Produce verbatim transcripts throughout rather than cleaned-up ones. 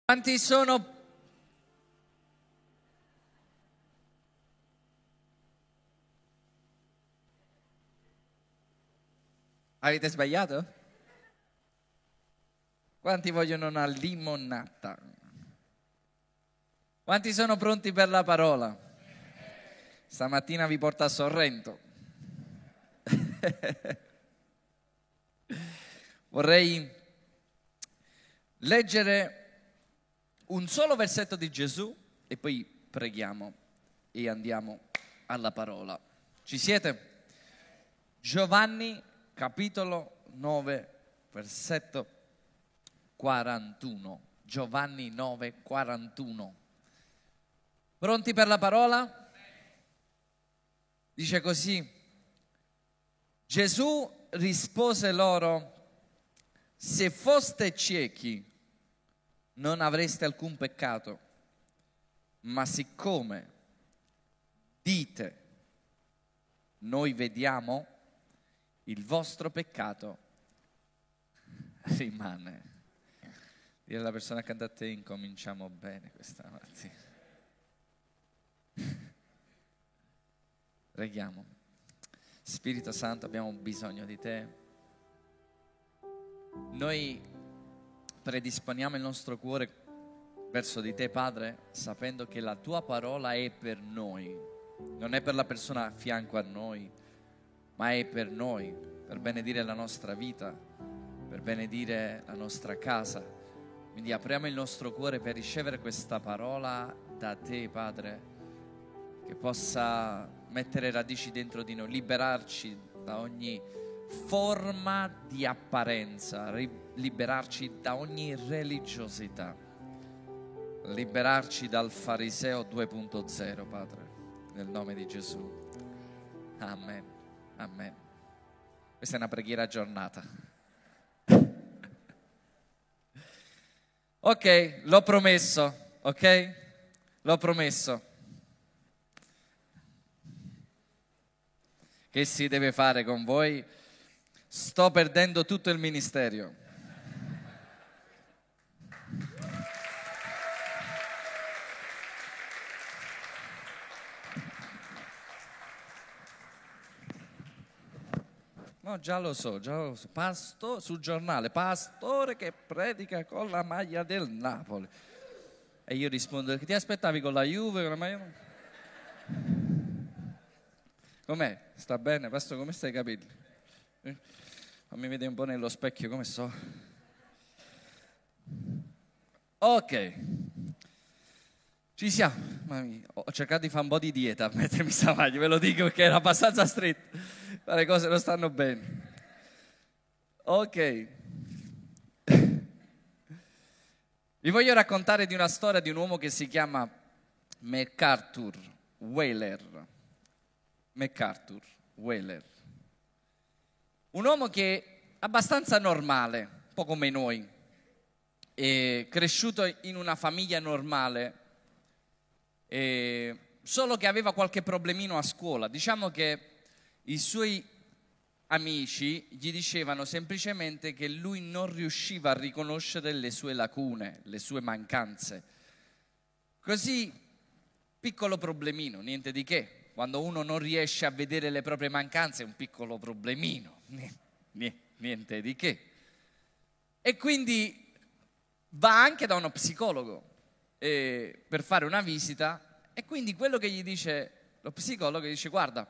Quanti sono Avete sbagliato? Quanti vogliono una limonata? Quanti sono pronti per la parola? Stamattina vi porto a Sorrento. Vorrei leggere un solo versetto di Gesù e poi preghiamo e andiamo alla parola. Ci siete? Giovanni capitolo nove, versetto quarantuno. Giovanni nove, quarantuno. Pronti per la parola? Dice così: Gesù rispose loro: se foste ciechi non avreste alcun peccato, ma siccome dite noi vediamo, il vostro peccato rimane. Dire alla persona accanto a te: incominciamo bene questa mattina. Preghiamo. Spirito Santo, abbiamo bisogno di te. Noi predisponiamo il nostro cuore verso di te, Padre, sapendo che la tua parola è per noi, non è per la persona a fianco a noi, ma è per noi, per benedire la nostra vita, per benedire la nostra casa. Quindi apriamo il nostro cuore per ricevere questa parola da te, Padre, che possa mettere radici dentro di noi, liberarci da ogni forma di apparenza, liberarci da ogni religiosità, liberarci dal fariseo due punto zero, Padre, nel nome di Gesù. Amen, amen. Questa è una preghiera aggiornata. Ok, l'ho promesso, ok? L'ho promesso. Che si deve fare con voi? Sto perdendo tutto il ministero. No, già lo so, già lo so. Pasto, sul giornale, pastore che predica con la maglia del Napoli. E io rispondo: che ti aspettavi con la Juve, con la maglia? Com'è? Sta bene? Pastore, come stai i capelli? Eh? Fammi vedere un po' nello specchio come sto. Ok, ci siamo. Ho cercato di fare un po' di dieta a mettermi sta maglia, ve lo dico perché era abbastanza stretta, ma le cose non stanno bene. Ok, vi voglio raccontare di una storia di un uomo che si chiama MacArthur Wheeler. MacArthur Wheeler, un uomo che è abbastanza normale, un po' come noi, è cresciuto in una famiglia normale, e solo che aveva qualche problemino a scuola. Diciamo che i suoi amici gli dicevano semplicemente che lui non riusciva a riconoscere le sue lacune, le sue mancanze. Così, piccolo problemino, niente di che. Quando uno non riesce a vedere le proprie mancanze è un piccolo problemino, niente di che. E quindi va anche da uno psicologo eh, per fare una visita, e quindi quello che gli dice lo psicologo, gli dice: guarda,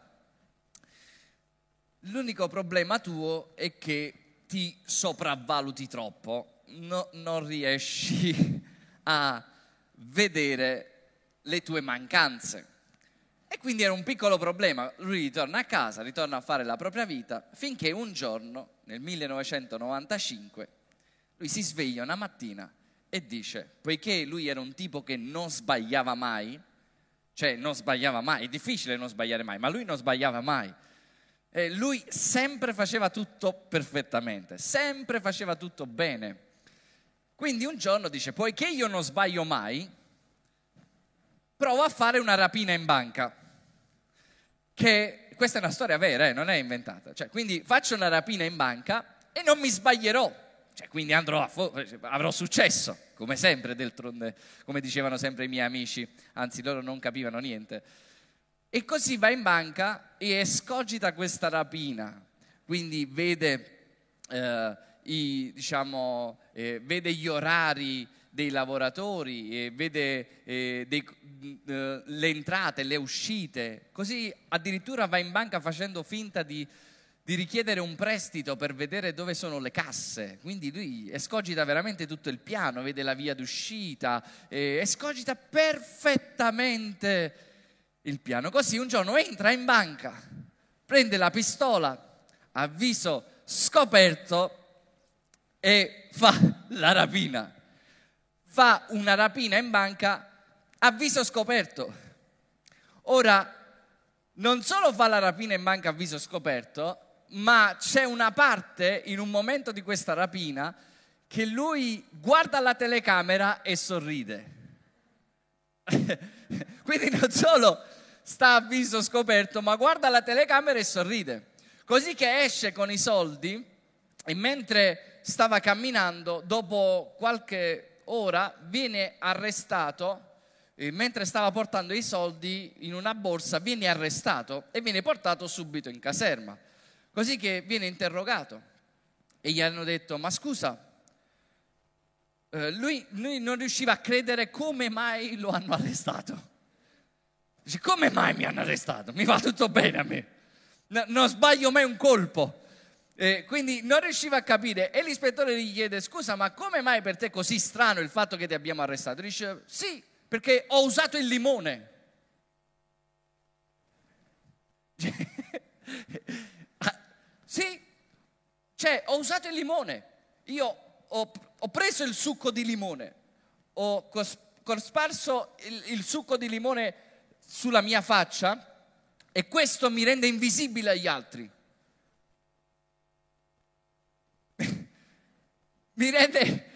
l'unico problema tuo è che ti sopravvaluti troppo, no, non riesci a vedere le tue mancanze. E quindi era un piccolo problema. Lui ritorna a casa, ritorna a fare la propria vita, finché un giorno, nel millenovecentonovantacinque, lui si sveglia una mattina e dice, poiché lui era un tipo che non sbagliava mai, cioè non sbagliava mai, è difficile non sbagliare mai, ma lui non sbagliava mai. E lui sempre faceva tutto perfettamente, sempre faceva tutto bene. Quindi un giorno dice, poiché io non sbaglio mai, provo a fare una rapina in banca, che questa è una storia vera, eh, non è inventata. Cioè, quindi faccio una rapina in banca e non mi sbaglierò, Cioè, quindi andrò a fo- avrò successo, come sempre, d'altronde, come dicevano sempre i miei amici, anzi loro non capivano niente. E così va in banca e escogita questa rapina, quindi vede, eh, i, diciamo, eh, vede gli orari dei lavoratori, eh, vede eh, dei, eh, le entrate, le uscite, così addirittura va in banca facendo finta di, di richiedere un prestito per vedere dove sono le casse. Quindi lui escogita veramente tutto il piano, vede la via d'uscita, eh, escogita perfettamente il piano. Così un giorno entra in banca, prende la pistola a viso scoperto e fa la rapina. Fa una rapina in banca a viso scoperto. Ora, non solo fa la rapina in banca a viso scoperto, ma c'è una parte in un momento di questa rapina che lui guarda la telecamera e sorride. Quindi non solo sta a viso scoperto, ma guarda la telecamera e sorride. Così che esce con i soldi e mentre stava camminando, dopo qualche ora viene arrestato, e mentre stava portando i soldi in una borsa viene arrestato e viene portato subito in caserma. Così che viene interrogato e gli hanno detto: ma scusa, eh, lui, lui non riusciva a credere come mai lo hanno arrestato. Dice: come mai mi hanno arrestato? Mi va tutto bene a me, no, non sbaglio mai un colpo. Eh, quindi non riusciva a capire e l'ispettore gli chiede: scusa, ma come mai per te è così strano il fatto che ti abbiamo arrestato? Dice: sì, perché ho usato il limone. Sì, cioè ho usato il limone, io ho, ho preso il succo di limone, ho cosparso il, il succo di limone sulla mia faccia e questo mi rende invisibile agli altri. Mi rende,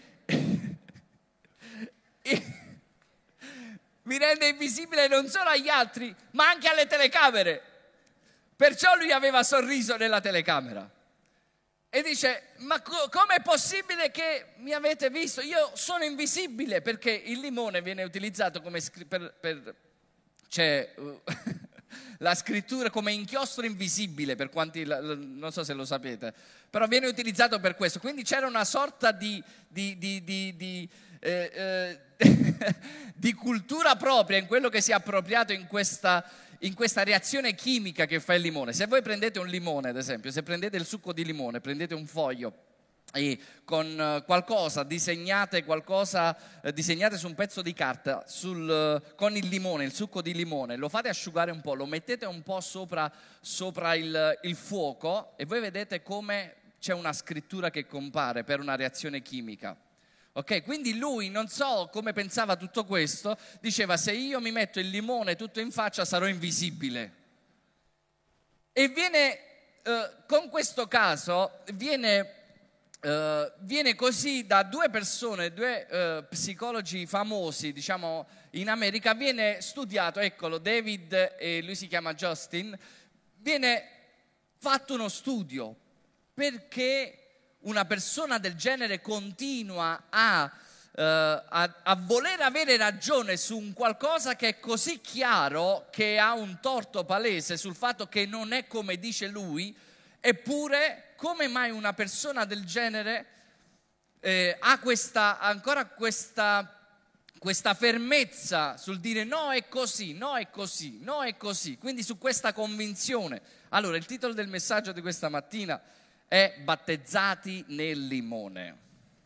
mi rende invisibile non solo agli altri, ma anche alle telecamere. Perciò lui aveva sorriso nella telecamera. E dice: ma co- com'è possibile che mi avete visto? Io sono invisibile, perché il limone viene utilizzato come scri- per, per c'è uh, la scrittura come inchiostro invisibile, per quanti, non so se lo sapete, però viene utilizzato per questo. Quindi c'era una sorta di, di, di, di, di, eh, eh, di cultura propria in quello che si è appropriato in questa, in questa reazione chimica che fa il limone. Se voi prendete un limone, ad esempio, se prendete il succo di limone, prendete un foglio e con qualcosa disegnate qualcosa eh, disegnate su un pezzo di carta sul, con il limone, il succo di limone, lo fate asciugare un po', lo mettete un po' sopra, sopra il, il fuoco e voi vedete come c'è una scrittura che compare per una reazione chimica. Ok, quindi lui, non so come pensava tutto questo, diceva: se io mi metto il limone tutto in faccia sarò invisibile. E viene, eh, con questo caso, viene... Uh, viene così da due persone, due uh, psicologi famosi, diciamo, in America, viene studiato, eccolo, David e lui si chiama Justin, viene fatto uno studio perché una persona del genere continua a, uh, a, a voler avere ragione su un qualcosa che è così chiaro che ha un torto palese sul fatto che non è come dice lui. Eppure, come mai una persona del genere eh, ha questa, ancora questa, questa fermezza sul dire no è così, no è così, no è così, quindi su questa convinzione. Allora, il titolo del messaggio di questa mattina è Battezzati nel limone.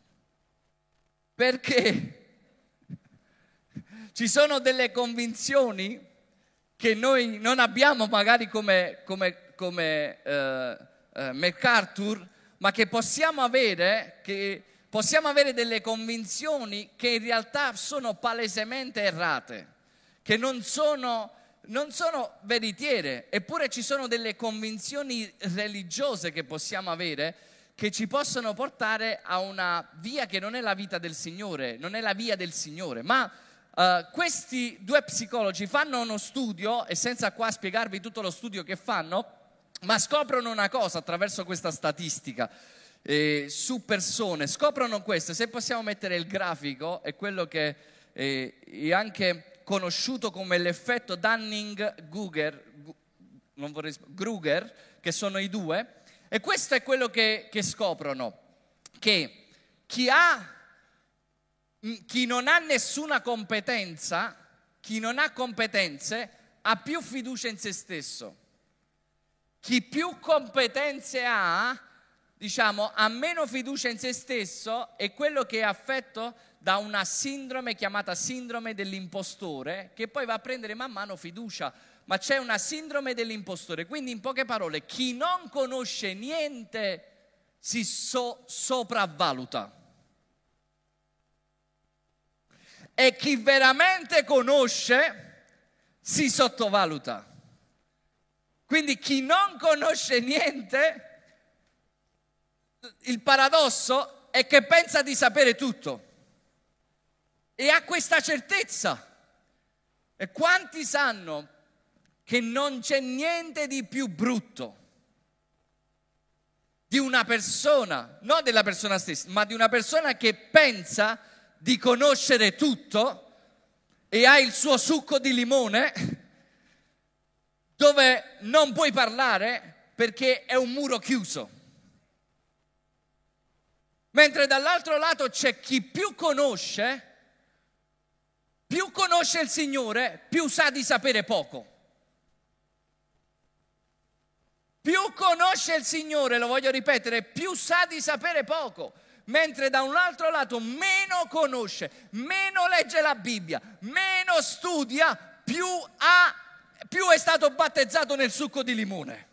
Perché ci sono delle convinzioni che noi non abbiamo magari come... come come eh, eh, MacArthur, ma che possiamo avere, che possiamo avere delle convinzioni che in realtà sono palesemente errate, che non sono, non sono veritiere. Eppure ci sono delle convinzioni religiose che possiamo avere che ci possono portare a una via che non è la vita del Signore, non è la via del Signore, ma Uh, questi due psicologi fanno uno studio, e senza qua spiegarvi tutto lo studio che fanno, ma scoprono una cosa attraverso questa statistica, eh, su persone, scoprono questo. Se possiamo mettere il grafico, è quello che eh, è anche conosciuto come l'effetto Dunning-Kruger, non vorrei Kruger, che sono i due, e questo è quello che, che scoprono, che chi ha, chi non ha nessuna competenza, chi non ha competenze, ha più fiducia in se stesso. Chi più competenze ha, diciamo, ha meno fiducia in se stesso, è quello che è affetto da una sindrome chiamata sindrome dell'impostore, che poi va a prendere man mano fiducia. Ma c'è una sindrome dell'impostore, quindi in poche parole, chi non conosce niente si so- sopravvaluta. E chi veramente conosce si sottovaluta. Quindi chi non conosce niente, il paradosso è che pensa di sapere tutto e ha questa certezza. E quanti sanno che non c'è niente di più brutto di una persona, non della persona stessa, ma di una persona che pensa di conoscere tutto e ha il suo succo di limone dove non puoi parlare perché è un muro chiuso. Mentre dall'altro lato c'è chi più conosce, più conosce il Signore, più sa di sapere poco. Più conosce il Signore, lo voglio ripetere, più sa di sapere poco. Mentre da un altro lato meno conosce, meno legge la Bibbia, meno studia, più, ha, più è stato battezzato nel succo di limone.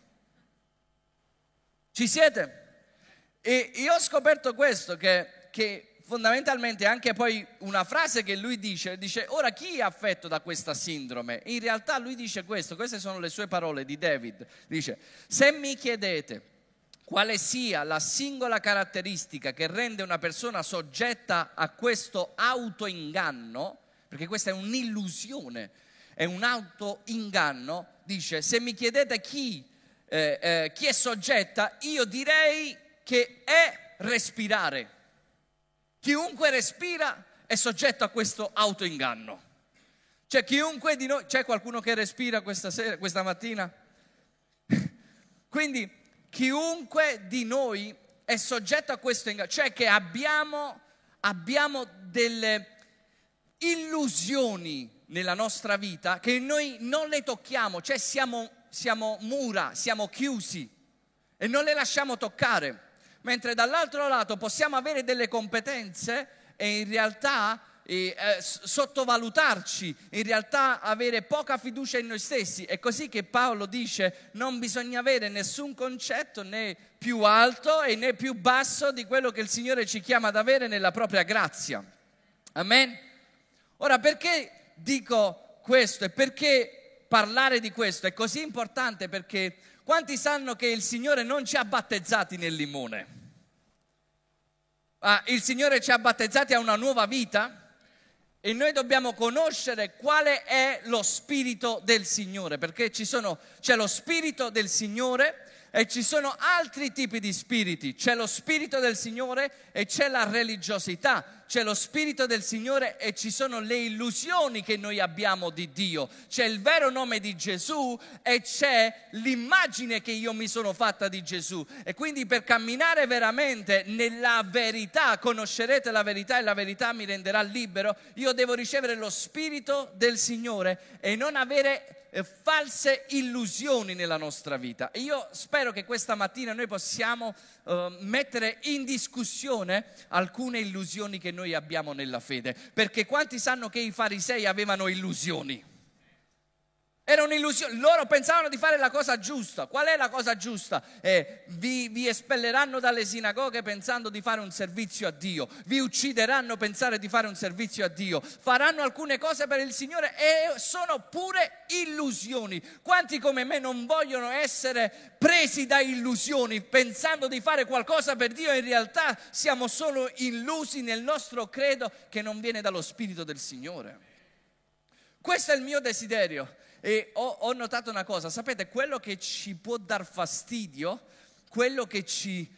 Ci siete? E io ho scoperto questo, che, che fondamentalmente anche poi una frase che lui dice, dice ora chi è affetto da questa sindrome? In realtà lui dice questo, queste sono le sue parole di David, dice: se mi chiedete quale sia la singola caratteristica che rende una persona soggetta a questo autoinganno, perché questa è un'illusione, è un autoinganno, dice, se mi chiedete chi, eh, eh, chi è soggetta, io direi che è respirare. Chiunque respira è soggetto a questo autoinganno. Cioè chiunque di noi, c'è qualcuno che respira questa sera, questa mattina? Quindi chiunque di noi è soggetto a questo inganno, cioè che abbiamo, abbiamo delle illusioni nella nostra vita che noi non le tocchiamo, cioè siamo, siamo mura, siamo chiusi e non le lasciamo toccare. Mentre dall'altro lato possiamo avere delle competenze e in realtà eh, eh, sottovalutarci, in realtà avere poca fiducia in noi stessi. È così che Paolo dice: non bisogna avere nessun concetto né più alto e né più basso di quello che il Signore ci chiama ad avere nella propria grazia. Amen? Ora, perché dico questo e perché parlare di questo è così importante? Perché quanti sanno che il Signore non ci ha battezzati nel limone? Ah, il Signore ci ha battezzati a una nuova vita e noi dobbiamo conoscere quale è lo Spirito del Signore, perché ci sono, c'è lo Spirito del Signore e ci sono altri tipi di spiriti. C'è lo Spirito del Signore e c'è la religiosità. C'è lo Spirito del Signore e ci sono le illusioni che noi abbiamo di Dio. C'è il vero nome di Gesù e c'è l'immagine che io mi sono fatta di Gesù. E quindi per camminare veramente nella verità, conoscerete la verità e la verità mi renderà libero, io devo ricevere lo Spirito del Signore e non avere false illusioni nella nostra vita. E io spero che questa mattina noi possiamo uh, mettere in discussione alcune illusioni che noi abbiamo nella fede, perché quanti sanno che i farisei avevano illusioni? Era un'illusione, loro pensavano di fare la cosa giusta. Qual è la cosa giusta? Eh, vi, vi espelleranno dalle sinagoghe pensando di fare un servizio a Dio, vi uccideranno pensare di fare un servizio a Dio, faranno alcune cose per il Signore e sono pure illusioni. Quanti come me non vogliono essere presi da illusioni pensando di fare qualcosa per Dio e in realtà siamo solo illusi nel nostro credo che non viene dallo Spirito del Signore? Questo è il mio desiderio. E ho, ho notato una cosa, sapete, quello che ci può dar fastidio, quello che ci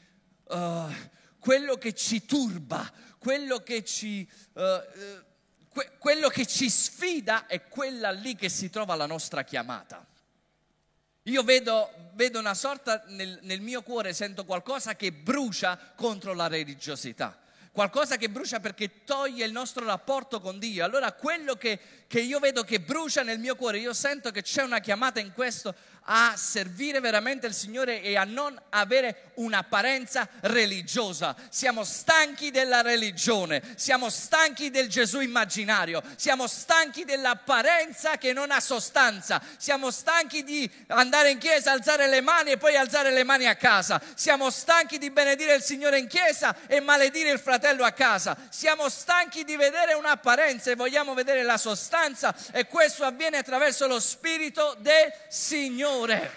uh, quello che ci turba, quello che ci, uh, uh, que- quello che ci sfida è quella lì che si trova la nostra chiamata. Io vedo, vedo una sorta, nel, nel mio cuore sento qualcosa che brucia contro la religiosità. Qualcosa che brucia perché toglie il nostro rapporto con Dio. Allora quello che, che io vedo che brucia nel mio cuore, io sento che c'è una chiamata in questo a servire veramente il Signore e a non avere un'apparenza religiosa. Siamo stanchi della religione, siamo stanchi del Gesù immaginario, siamo stanchi dell'apparenza che non ha sostanza, siamo stanchi di andare in chiesa, alzare le mani e poi alzare le mani a casa, siamo stanchi di benedire il Signore in chiesa e maledire il fratello a casa, siamo stanchi di vedere un'apparenza e vogliamo vedere la sostanza, e questo avviene attraverso lo Spirito del Signore.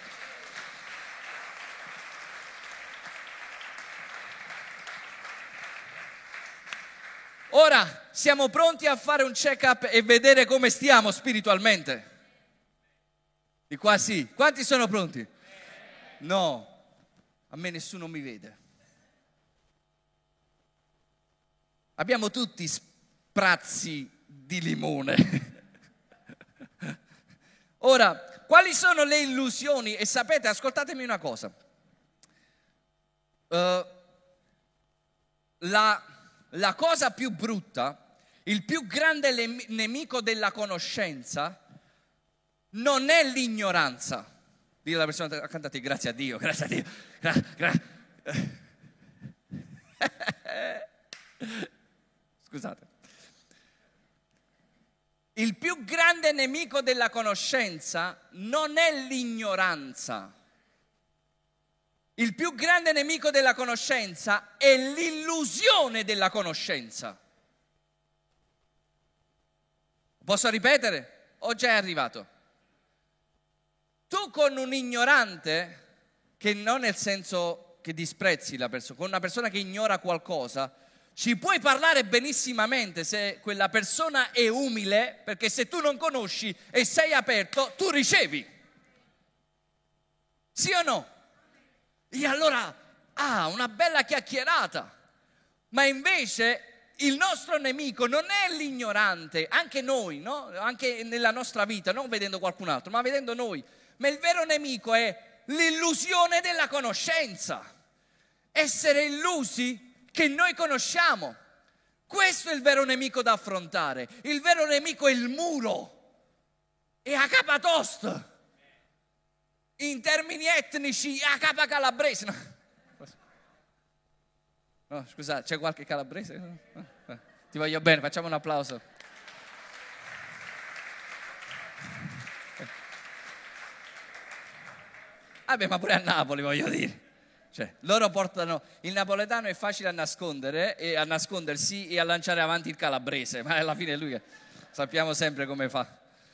Ora siamo pronti a fare un check-up e vedere come stiamo spiritualmente? Di qua sì. Quanti sono pronti? No, a me nessuno mi vede. Abbiamo tutti sprazzi di limone. Ora, quali sono le illusioni? E sapete, ascoltatemi una cosa. Uh, la, la cosa più brutta, il più grande le- nemico della conoscenza non è l'ignoranza. Dì alla persona accanto a te, grazie a Dio, grazie a Dio. Gra- gra- Scusate. Il più grande nemico della conoscenza non è l'ignoranza. Il più grande nemico della conoscenza è l'illusione della conoscenza. Posso ripetere? O già è arrivato? Tu con un ignorante, che non nel senso che disprezzi la persona, con una persona che ignora qualcosa, ci puoi parlare benissimamente se quella persona è umile, perché se tu non conosci e sei aperto, tu ricevi. Sì o no? E allora, ah, una bella chiacchierata. Ma invece il nostro nemico non è l'ignorante, anche noi, no? Anche nella nostra vita, non vedendo qualcun altro, ma vedendo noi. Ma il vero nemico è l'illusione della conoscenza. Essere illusi che noi conosciamo. Questo è il vero nemico da affrontare. Il vero nemico è il muro. È a capatost. In termini etnici, a capa calabrese. No, no scusate, c'è qualche calabrese? Ti voglio bene, facciamo un applauso. Vabbè, ma pure a Napoli, voglio dire. Cioè, loro portano il napoletano, è facile a nascondere e a nascondersi e a lanciare avanti il calabrese, ma alla fine lui sappiamo sempre come fa.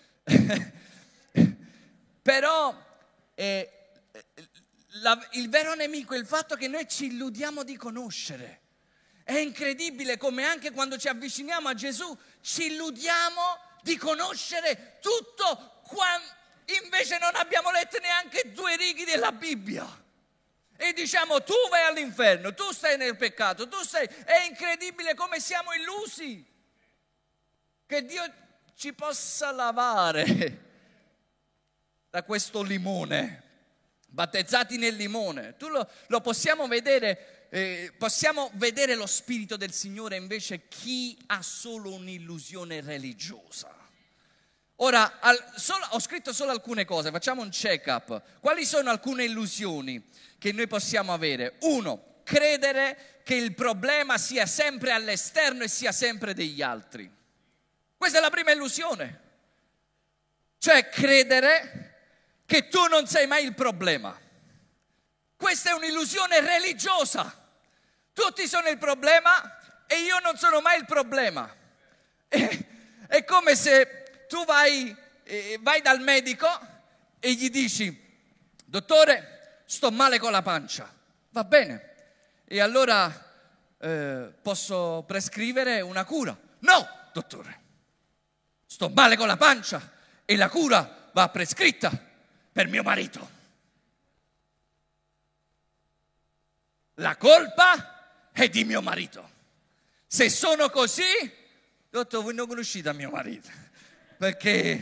Però eh, la, il vero nemico è il fatto che noi ci illudiamo di conoscere. È incredibile come anche quando ci avviciniamo a Gesù ci illudiamo di conoscere tutto, quando invece non abbiamo letto neanche due righe della Bibbia. E diciamo, tu vai all'inferno, tu stai nel peccato, tu sei... È incredibile come siamo illusi. Che Dio ci possa lavare da questo limone, battezzati nel limone. Tu lo, lo possiamo vedere, eh, possiamo vedere lo Spirito del Signore invece chi ha solo un'illusione religiosa. Ora, al, solo, ho scritto solo alcune cose, facciamo un check-up. Quali sono alcune illusioni che noi possiamo avere? Uno, credere che il problema sia sempre all'esterno e sia sempre degli altri. Questa è la prima illusione. Cioè credere che tu non sei mai il problema. Questa è un'illusione religiosa. Tutti sono il problema e io non sono mai il problema. È, è come se tu vai, eh, vai dal medico e gli dici, dottore, sto male con la pancia. Va bene. E allora eh, posso prescrivere una cura? No, dottore. Sto male con la pancia e la cura va prescritta per mio marito. la colpa è di mio marito. Se sono così, dottor, voi non conoscete mio marito, perché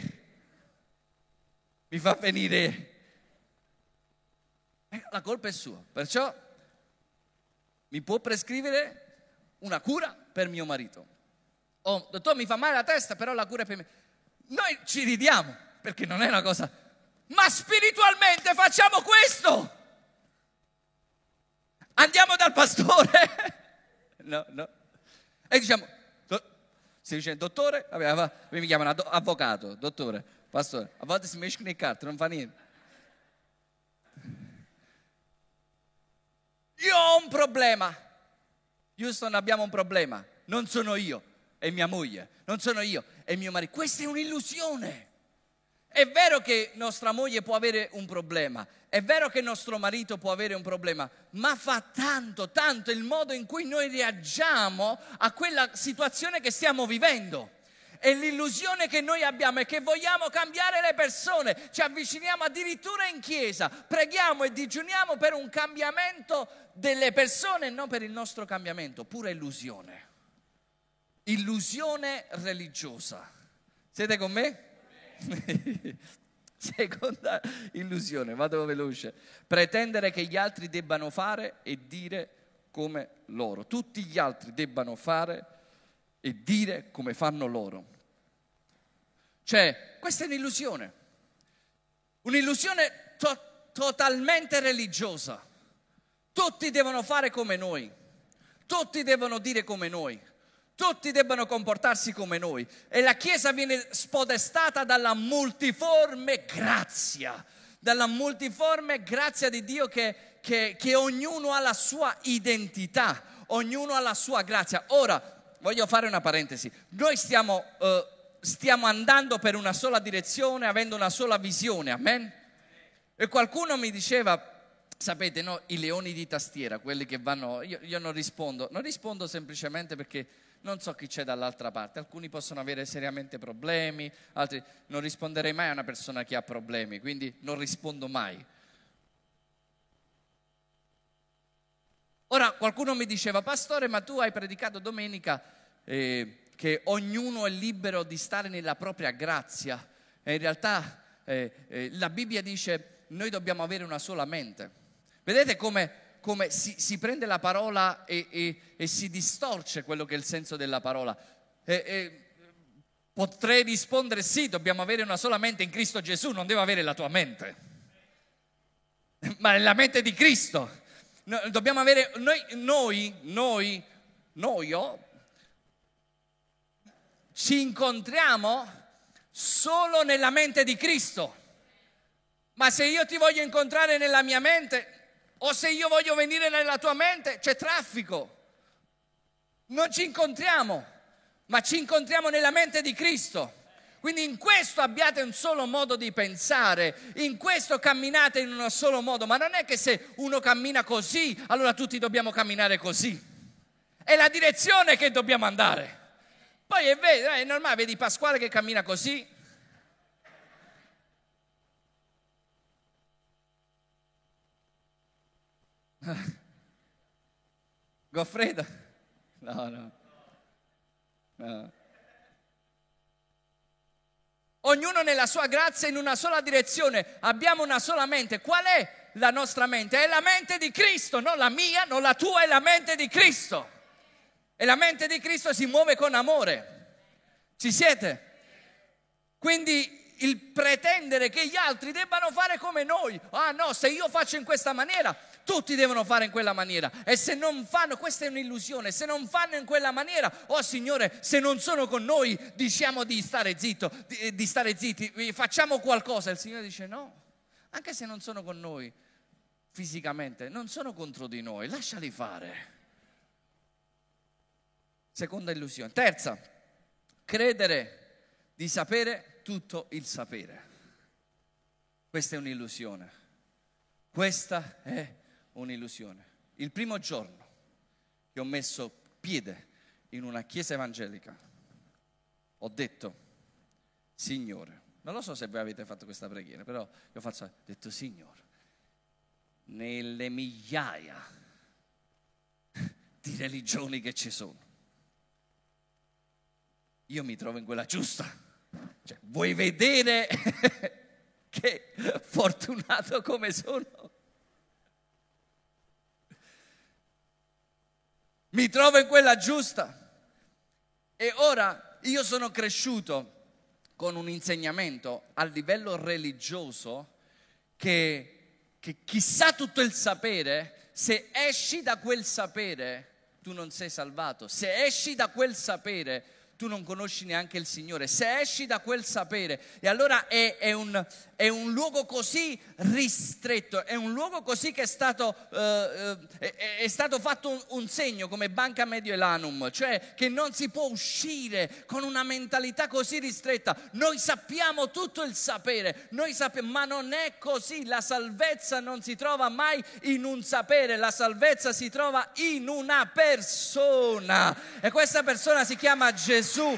mi fa venire... La colpa è sua, perciò mi può prescrivere una cura per mio marito. Oh, dottor, mi fa male la testa, però la cura è per me. Noi ci ridiamo, perché non è una cosa... Ma spiritualmente facciamo questo! Andiamo dal pastore? No, no. E diciamo, si dice dottore, vabbè, mi chiamano avvocato, dottore, pastore, a volte si mescono le carte, non fa niente. Io ho un problema, Houston, abbiamo un problema, non sono io, è mia moglie, non sono io, è mio marito. Questa è un'illusione. È vero che nostra moglie può avere un problema, è vero che nostro marito può avere un problema, ma fa tanto, tanto il modo in cui noi reagiamo a quella situazione che stiamo vivendo. E l'illusione che noi abbiamo è che vogliamo cambiare le persone, ci avviciniamo addirittura in chiesa, preghiamo e digiuniamo per un cambiamento delle persone e non per il nostro cambiamento, pura illusione. Illusione religiosa. Siete con me? Seconda illusione, vado veloce. Pretendere che gli altri debbano fare e dire come loro. Tutti gli altri debbano fare e dire come fanno loro. Cioè, questa è un'illusione. Un'illusione to- totalmente religiosa. Tutti devono fare come noi. Tutti devono dire come noi. Tutti debbano comportarsi come noi e la Chiesa viene spodestata dalla multiforme grazia, dalla multiforme grazia di Dio che, che, che ognuno ha la sua identità, ognuno ha la sua grazia. Ora, voglio fare una parentesi, noi stiamo, eh, stiamo andando per una sola direzione, avendo una sola visione, amen? E qualcuno mi diceva... Sapete, no, i leoni di tastiera, quelli che vanno, io, io non rispondo, non rispondo semplicemente perché non so chi c'è dall'altra parte, alcuni possono avere seriamente problemi, altri non risponderei mai a una persona che ha problemi, quindi non rispondo mai. Ora qualcuno mi diceva, pastore, ma tu hai predicato domenica eh, che ognuno è libero di stare nella propria grazia e in realtà eh, eh, la Bibbia dice noi dobbiamo avere una sola mente. Vedete come, come si, si prende la parola e, e, e si distorce quello che è il senso della parola. E, e, potrei rispondere sì, dobbiamo avere una sola mente in Cristo Gesù, non devo avere la tua mente, ma nella mente di Cristo. No, dobbiamo avere, noi, noi, noi, noi oh, ci incontriamo solo nella mente di Cristo. Ma se io ti voglio incontrare nella mia mente o se io voglio venire nella tua mente, c'è traffico. Non ci incontriamo, ma ci incontriamo nella mente di Cristo. Quindi in questo abbiate un solo modo di pensare, in questo camminate in un solo modo, ma non è che se uno cammina così, allora tutti dobbiamo camminare così. È la direzione che dobbiamo andare. Poi è vero, è normale, vedi Pasquale che cammina così. Goffredo? No, no. No. Ognuno nella sua grazia in una sola direzione, abbiamo una sola mente. Qual è la nostra mente? È la mente di Cristo, non la mia, non la tua, è la mente di Cristo. E la mente di Cristo si muove con amore. Ci siete? Quindi il pretendere che gli altri debbano fare come noi. Ah no, se io faccio in questa maniera, tutti devono fare in quella maniera. E se non fanno, questa è un'illusione, se non fanno in quella maniera, oh Signore, se non sono con noi, diciamo di stare zitto, di, di stare zitti, facciamo qualcosa. Il Signore dice no, anche se non sono con noi fisicamente, non sono contro di noi, lasciali fare. Seconda illusione. Terza, credere di sapere tutto il sapere. Questa è un'illusione. Questa è un'illusione. Il primo giorno che ho messo piede in una chiesa evangelica, ho detto, Signore, non lo so se voi avete fatto questa preghiera, però io faccio, ho detto, Signore, nelle migliaia di religioni che ci sono. Io mi trovo in quella giusta. Cioè, vuoi vedere che fortunato come sono? Mi trovo in quella giusta. E ora io sono cresciuto con un insegnamento a livello religioso che, che chissà tutto il sapere, se esci da quel sapere tu non sei salvato, se esci da quel sapere tu non conosci neanche il Signore, se esci da quel sapere. E allora è, è, un, è un luogo così ristretto, è un luogo così che è stato, eh, è, è stato fatto un, un segno come Banca Medioelanum, cioè che non si può uscire con una mentalità così ristretta. Noi sappiamo tutto il sapere, noi sappiamo, ma non è così. La salvezza non si trova mai in un sapere, la salvezza si trova in una persona, e questa persona si chiama Gesù. Gesù.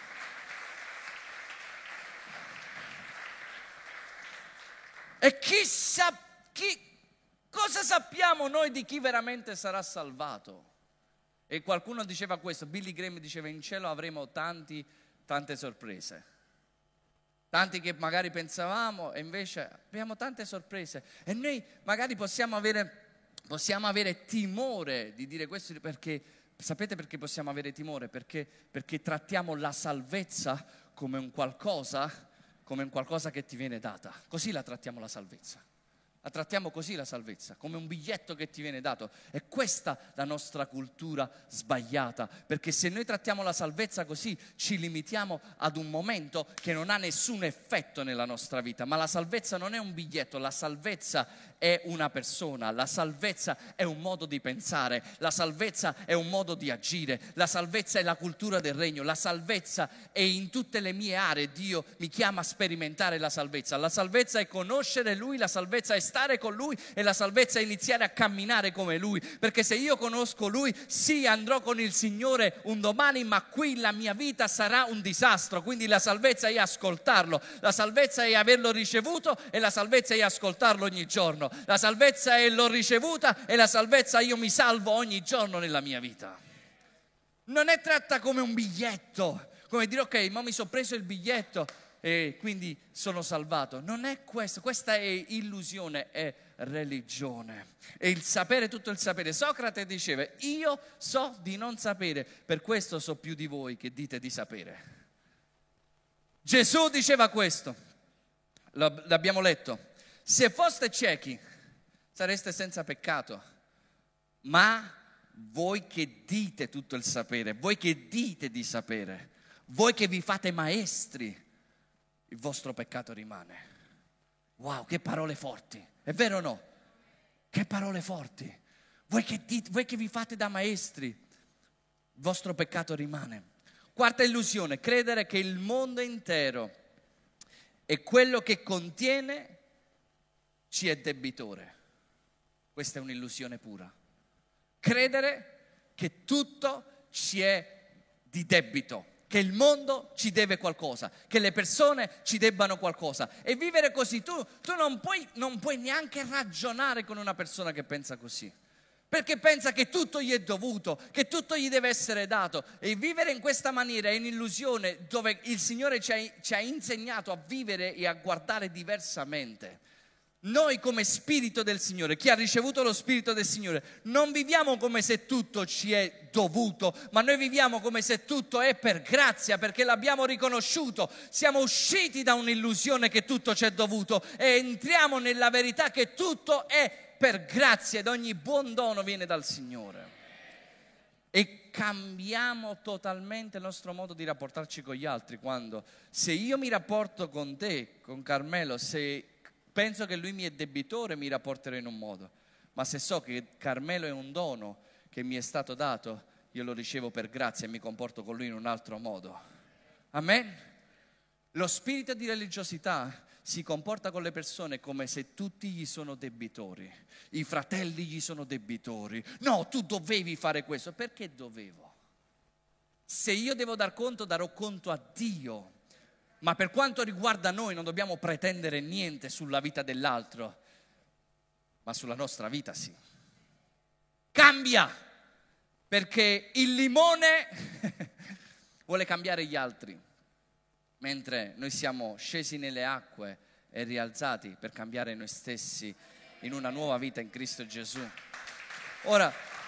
E chi sa, chi, cosa sappiamo noi di chi veramente sarà salvato? E qualcuno diceva questo, Billy Graham diceva: in cielo avremo tanti, tante sorprese. Tanti che magari pensavamo, e invece abbiamo tante sorprese. E noi magari possiamo avere, possiamo avere timore di dire questo, perché sapete perché possiamo avere timore? Perché, perché trattiamo la salvezza come un qualcosa, come un qualcosa che ti viene data. Così la trattiamo la salvezza. La trattiamo così la salvezza, come un biglietto che ti viene dato. E questa è la nostra cultura sbagliata, perché se noi trattiamo la salvezza così ci limitiamo ad un momento che non ha nessun effetto nella nostra vita. Ma la salvezza non è un biglietto, la salvezza è una persona, la salvezza è un modo di pensare, la salvezza è un modo di agire, la salvezza è la cultura del regno, la salvezza è in tutte le mie aree. Dio mi chiama a sperimentare la salvezza. La salvezza è conoscere Lui, la salvezza è stare con Lui, e la salvezza è iniziare a camminare come Lui. Perché se io conosco Lui, sì, andrò con il Signore un domani, ma qui la mia vita sarà un disastro. Quindi la salvezza è ascoltarlo, la salvezza è averlo ricevuto, e la salvezza è ascoltarlo ogni giorno. La salvezza è l'ho ricevuta, e la salvezza io mi salvo ogni giorno nella mia vita. Non è tratta come un biglietto, come dire ok, ma mi sono preso il biglietto e quindi sono salvato. Non è questo, questa è illusione, è religione. E il sapere, tutto il sapere. Socrate diceva: io so di non sapere, per questo so più di voi che dite di sapere. Gesù diceva questo, l'abbiamo letto: se foste ciechi sareste senza peccato, ma voi che dite tutto il sapere, voi che dite di sapere, voi che vi fate maestri, il vostro peccato rimane. Wow, che parole forti, è vero o no? Che parole forti. Voi che, dite, voi che vi fate da maestri, il vostro peccato rimane. Quarta illusione: credere che il mondo intero e quello che contiene ci è debitore. Questa è un'illusione pura. Credere che tutto ci è di debito, che il mondo ci deve qualcosa, che le persone ci debbano qualcosa. E vivere così, tu, tu non puoi, non puoi neanche ragionare con una persona che pensa così, perché pensa che tutto gli è dovuto, che tutto gli deve essere dato. E vivere in questa maniera è un'illusione dove il Signore ci ha, ci ha insegnato a vivere e a guardare diversamente. Noi come Spirito del Signore, chi ha ricevuto lo Spirito del Signore, non viviamo come se tutto ci è dovuto, ma noi viviamo come se tutto è per grazia, perché l'abbiamo riconosciuto. Siamo usciti da un'illusione che tutto ci è dovuto e entriamo nella verità che tutto è per grazia, ed ogni buon dono viene dal Signore. E cambiamo totalmente il nostro modo di rapportarci con gli altri, quando se io mi rapporto con te, con Carmelo, se penso che lui mi è debitore, mi rapporterò in un modo. Ma se so che Carmelo è un dono che mi è stato dato, io lo ricevo per grazia e mi comporto con lui in un altro modo. Amen? Lo spirito di religiosità si comporta con le persone come se tutti gli sono debitori. I fratelli gli sono debitori. No, tu dovevi fare questo. Perché dovevo? Se io devo dar conto, darò conto a Dio. Ma per quanto riguarda noi non dobbiamo pretendere niente sulla vita dell'altro, ma sulla nostra vita sì. Cambia, perché il limone vuole cambiare gli altri, mentre noi siamo scesi nelle acque e rialzati per cambiare noi stessi in una nuova vita in Cristo Gesù. Ora,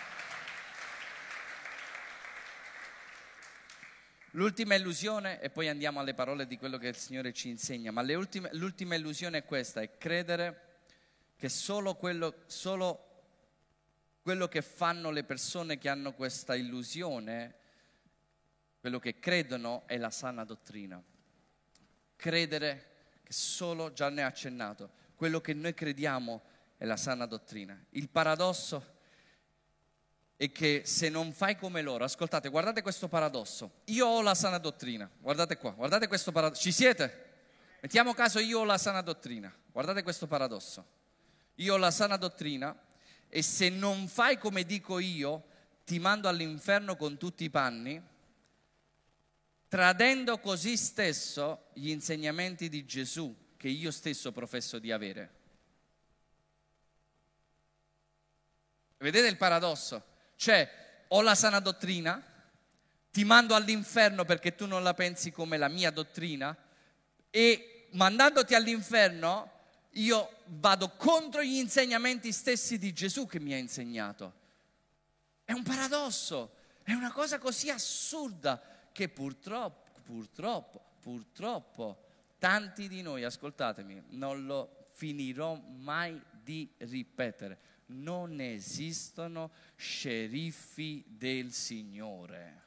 l'ultima illusione, e poi andiamo alle parole di quello che il Signore ci insegna, ma le ultime, l'ultima illusione è questa, è credere che solo quello, solo quello che fanno le persone che hanno questa illusione, quello che credono è la sana dottrina. Credere che solo, già ne ha accennato, quello che noi crediamo è la sana dottrina. Il paradosso è che se non fai come loro, ascoltate, guardate questo paradosso, io ho la sana dottrina, guardate qua, guardate questo paradosso, ci siete? Mettiamo caso io ho la sana dottrina, guardate questo paradosso, io ho la sana dottrina e se non fai come dico io, ti mando all'inferno con tutti i panni, tradendo così stesso gli insegnamenti di Gesù che io stesso professo di avere. Vedete il paradosso? Cioè, ho la sana dottrina, ti mando all'inferno perché tu non la pensi come la mia dottrina e mandandoti all'inferno io vado contro gli insegnamenti stessi di Gesù che mi ha insegnato. È un paradosso, è una cosa così assurda che purtroppo, purtroppo, purtroppo tanti di noi, ascoltatemi, non lo finirò mai di ripetere, non esistono sceriffi del Signore.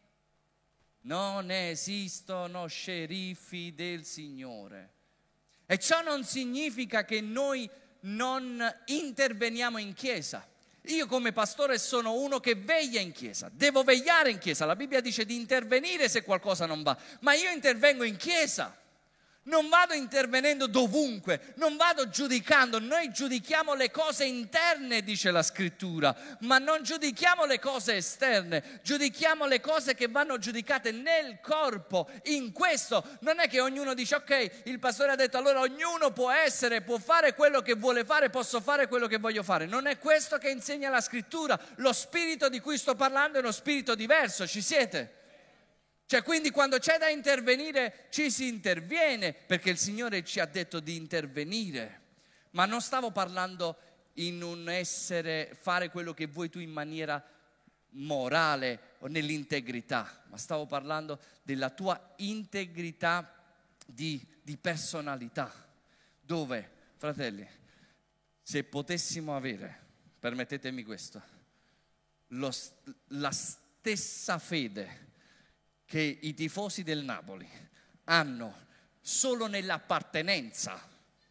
Non esistono sceriffi del Signore. E ciò non significa che noi non interveniamo in chiesa. Io come pastore sono uno che veglia in chiesa, devo vegliare in chiesa. La Bibbia dice di intervenire se qualcosa non va, ma io intervengo in chiesa. Non vado intervenendo dovunque, non vado giudicando, noi giudichiamo le cose interne, dice la scrittura, ma non giudichiamo le cose esterne, giudichiamo le cose che vanno giudicate nel corpo, in questo. Non è che ognuno dice ok, il pastore ha detto allora ognuno può essere, può fare quello che vuole fare, posso fare quello che voglio fare. Non è questo che insegna la scrittura, lo spirito di cui sto parlando è uno spirito diverso, ci siete? Cioè, quindi quando c'è da intervenire ci si interviene perché il Signore ci ha detto di intervenire, ma non stavo parlando in un essere, fare quello che vuoi tu in maniera morale o nell'integrità, ma stavo parlando della tua integrità di, di personalità, dove, fratelli, se potessimo avere, permettetemi questo, lo, la stessa fede che i tifosi del Napoli hanno solo nell'appartenenza,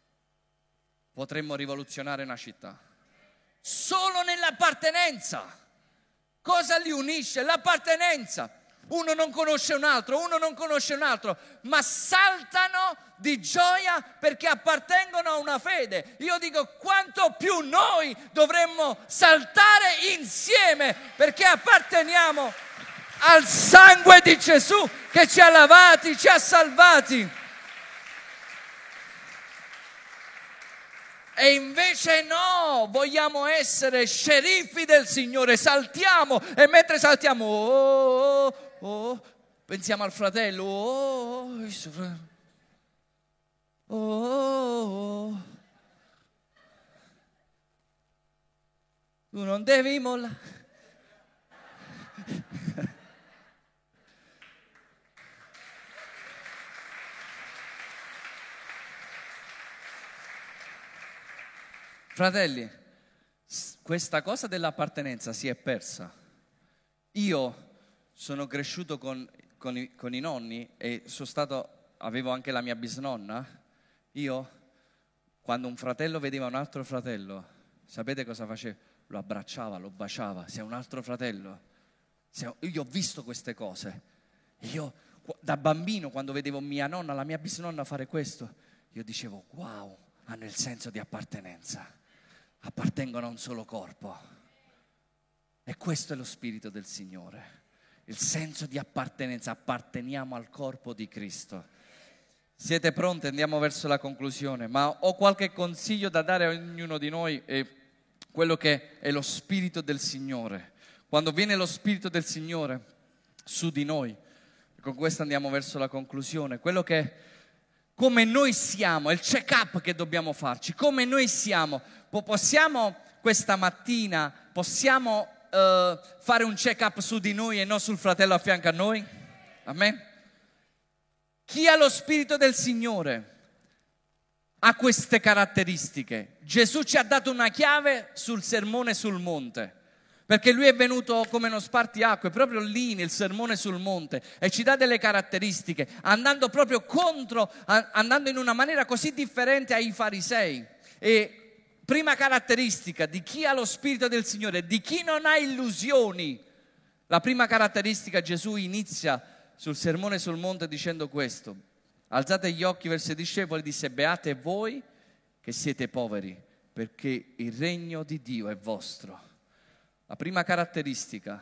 potremmo rivoluzionare una città. Solo nell'appartenenza. Cosa li unisce? L'appartenenza. Uno non conosce un altro, uno non conosce un altro, ma saltano di gioia perché appartengono a una fede. Io dico quanto più noi dovremmo saltare insieme perché apparteniamo al sangue di Gesù che ci ha lavati, ci ha salvati. E invece no, vogliamo essere sceriffi del Signore, saltiamo e mentre saltiamo, oh, oh, oh, pensiamo al fratello, oh, oh, oh, tu non devi mollare. Fratelli, questa cosa dell'appartenenza si è persa. Io sono cresciuto con, con, i, con i nonni e sono stato, avevo anche la mia bisnonna. Io, quando un fratello vedeva un altro fratello, sapete cosa faceva? Lo abbracciava, lo baciava. Sei un altro fratello. Sei, io ho visto queste cose. Io, da bambino, quando vedevo mia nonna, la mia bisnonna fare questo, io dicevo, wow, hanno il senso di appartenenza. Appartengono a un solo corpo e questo è lo spirito del Signore, il senso di appartenenza, apparteniamo al corpo di Cristo. Siete pronti? Andiamo verso la conclusione, ma ho qualche consiglio da dare a ognuno di noi e quello che è lo spirito del Signore, quando viene lo Spirito del Signore su di noi, e con questo andiamo verso la conclusione, quello che, come noi siamo, è il check-up che dobbiamo farci, come noi siamo, possiamo questa mattina, possiamo uh, fare un check-up su di noi e non sul fratello a fianco a noi? Amen? Chi ha lo Spirito del Signore ha queste caratteristiche. Gesù ci ha dato una chiave sul sermone sul monte, perché lui è venuto come uno spartiacque, proprio lì nel sermone sul monte, e ci dà delle caratteristiche, andando proprio contro, andando in una maniera così differente ai farisei. E prima caratteristica di chi ha lo Spirito del Signore, di chi non ha illusioni. La prima caratteristica, Gesù inizia sul sermone sul monte dicendo questo: alzate gli occhi verso i discepoli, disse: beate voi che siete poveri, perché il regno di Dio è vostro. La prima caratteristica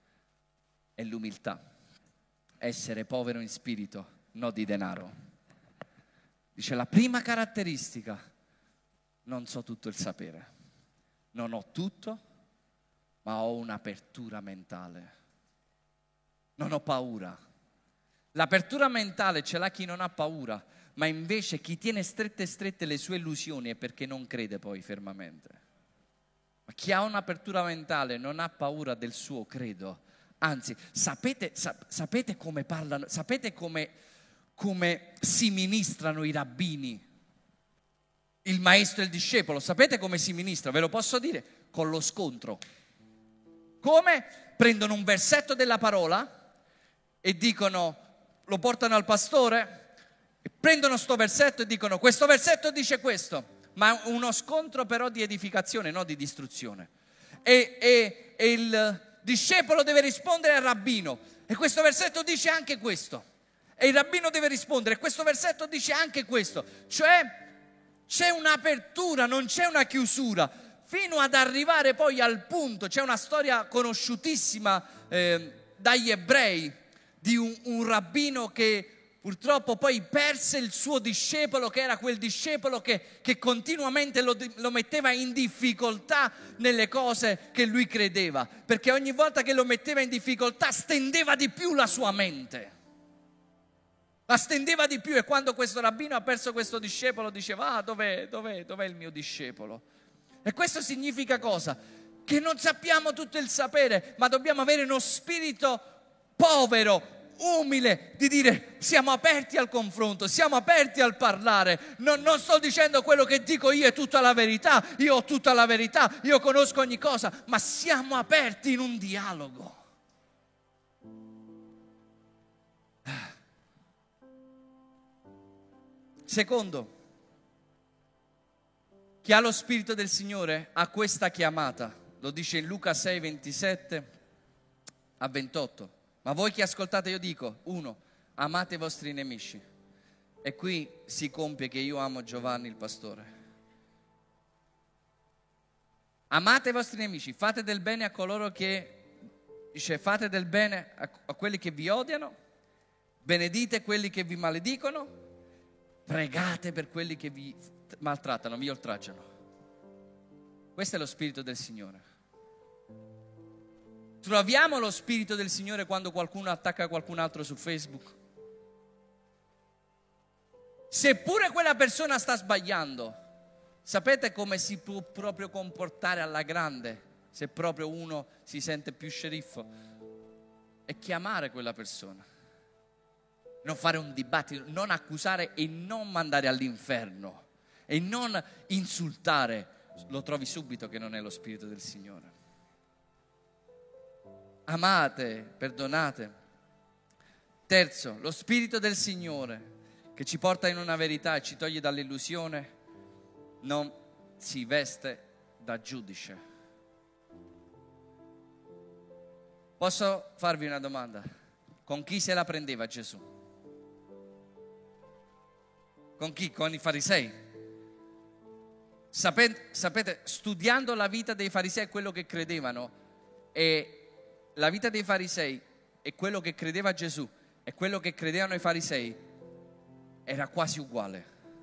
è l'umiltà, essere povero in spirito, non di denaro. Dice la prima caratteristica: non so tutto il sapere, non ho tutto, ma ho un'apertura mentale, non ho paura. L'apertura mentale ce l'ha chi non ha paura, ma invece chi tiene strette strette le sue illusioni è perché non crede poi fermamente. Ma chi ha un'apertura mentale non ha paura del suo credo. Anzi, sapete, sap- sapete come parlano, sapete come, come si ministrano i rabbini? Il maestro e il discepolo, sapete come si ministra? Ve lo posso dire? Con lo scontro. Come? Prendono un versetto della parola e dicono, lo portano al pastore, e prendono sto versetto e dicono: questo versetto dice questo. Ma uno scontro però di edificazione, non di distruzione. E, e, e il discepolo deve rispondere al rabbino: e questo versetto dice anche questo. E il rabbino deve rispondere: e questo versetto dice anche questo. Cioè c'è un'apertura, non c'è una chiusura, fino ad arrivare poi al punto. C'è una storia conosciutissima eh, dagli ebrei di un, un rabbino che purtroppo poi perse il suo discepolo, che era quel discepolo che, che continuamente lo, lo metteva in difficoltà nelle cose che lui credeva, perché ogni volta che lo metteva in difficoltà stendeva di più la sua mente, la stendeva di più. E quando questo rabbino ha perso questo discepolo diceva: ah, dov'è, dov'è, dov'è il mio discepolo? E questo significa cosa? Che non sappiamo tutto il sapere, ma dobbiamo avere uno spirito povero, umile, di dire: siamo aperti al confronto, siamo aperti al parlare. Non, non sto dicendo quello che dico io è tutta la verità, io ho tutta la verità, io conosco ogni cosa, ma siamo aperti in un dialogo. Secondo, chi ha lo Spirito del Signore ha questa chiamata, lo dice in Luca sei, ventisette a ventotto. Ma voi che ascoltate, io dico: uno, amate i vostri nemici. E qui si compie che io amo Giovanni il pastore. Amate i vostri nemici, fate del bene a coloro che, dice, fate del bene a, a quelli che vi odiano, benedite quelli che vi maledicono, pregate per quelli che vi maltrattano, vi oltraggiano. Questo è lo Spirito del Signore. Troviamo lo Spirito del Signore quando qualcuno attacca qualcun altro su Facebook? Seppure quella persona sta sbagliando, sapete come si può proprio comportare alla grande, se proprio uno si sente più sceriffo? È chiamare quella persona, non fare un dibattito, non accusare e non mandare all'inferno e non insultare. Lo trovi subito che non è lo Spirito del Signore. Amate, perdonate. Terzo, lo Spirito del Signore che ci porta in una verità e ci toglie dall'illusione non si veste da giudice. Posso farvi una domanda? Con chi se la prendeva Gesù? Con chi? Con i farisei? Sapete, sapete, studiando la vita dei farisei e quello che credevano, e la vita dei farisei e quello che credeva Gesù e quello che credevano i farisei era quasi uguale.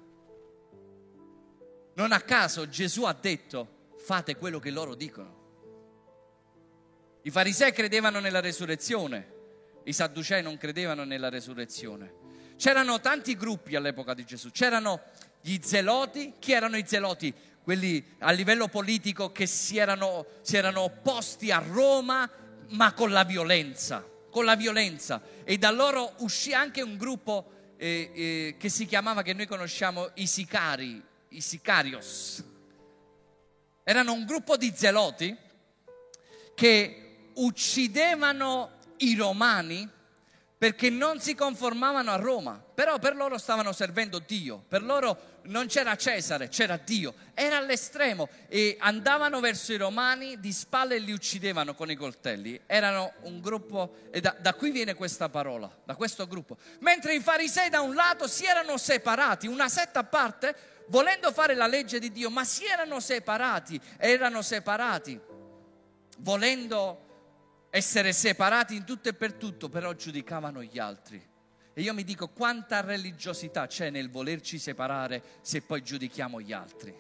Non a caso Gesù ha detto: fate quello che loro dicono. I farisei credevano nella resurrezione, i sadducei non credevano nella resurrezione. C'erano tanti gruppi all'epoca di Gesù. C'erano gli zeloti. Chi erano i zeloti? Quelli a livello politico che si erano, si erano opposti a Roma, ma con la violenza, con la violenza. E da loro uscì anche un gruppo eh, eh, che si chiamava, che noi conosciamo, i sicari, i sicarios. Erano un gruppo di zeloti che uccidevano i romani perché non si conformavano a Roma, però per loro stavano servendo Dio, per loro non c'era Cesare, c'era Dio, era all'estremo, e andavano verso i romani di spalle e li uccidevano con i coltelli. Erano un gruppo, e da, da qui viene questa parola, da questo gruppo. Mentre i farisei da un lato si erano separati, una setta a parte, volendo fare la legge di Dio, ma si erano separati, erano separati, volendo essere separati in tutto e per tutto, però giudicavano gli altri. E io mi dico, quanta religiosità c'è nel volerci separare se poi giudichiamo gli altri?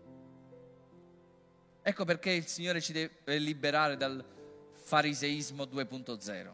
Ecco perché il Signore ci deve liberare dal fariseismo due punto zero.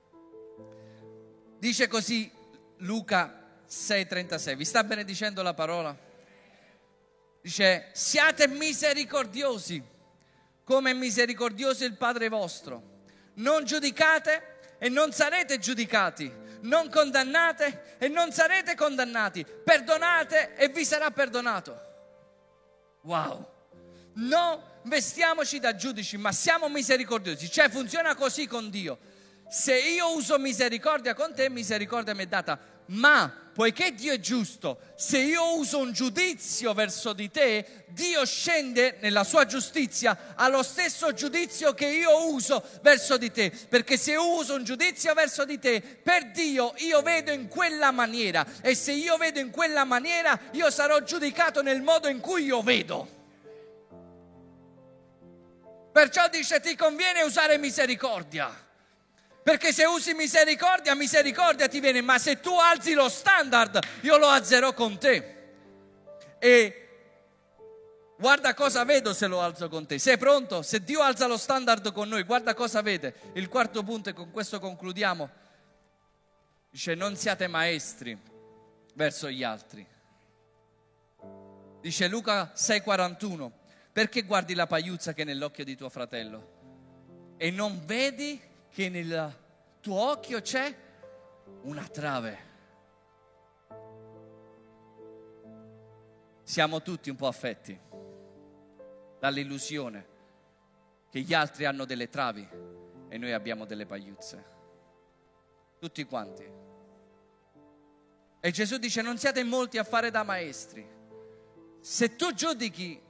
Dice così Luca sei trentasei, vi sta benedicendo la parola? Dice: siate misericordiosi come è misericordioso il Padre vostro. Non giudicate e non sarete giudicati, non condannate e non sarete condannati, perdonate e vi sarà perdonato. Wow! Non vestiamoci da giudici, ma siamo misericordiosi. Cioè funziona così con Dio: se io uso misericordia con te, misericordia mi è data. Ma poiché Dio è giusto, se io uso un giudizio verso di te, Dio scende nella sua giustizia allo stesso giudizio che io uso verso di te. Perché se io uso un giudizio verso di te, per Dio io vedo in quella maniera, e se io vedo in quella maniera, io sarò giudicato nel modo in cui io vedo. Perciò dice: ti conviene usare misericordia, perché se usi misericordia, misericordia ti viene, ma se tu alzi lo standard, io lo alzerò con te. E guarda cosa vedo se lo alzo con te. Sei pronto? Se Dio alza lo standard con noi, guarda cosa vede. Il quarto punto, e con questo concludiamo, dice: non siate maestri verso gli altri. Dice Luca sei quarantuno: perché guardi la pagliuzza che è nell'occhio di tuo fratello e non vedi che nel tuo occhio c'è una trave? Siamo tutti un po' affetti dall'illusione che gli altri hanno delle travi e noi abbiamo delle pagliuzze. Tutti quanti. E Gesù dice: non siate molti a fare da maestri. Se tu giudichi,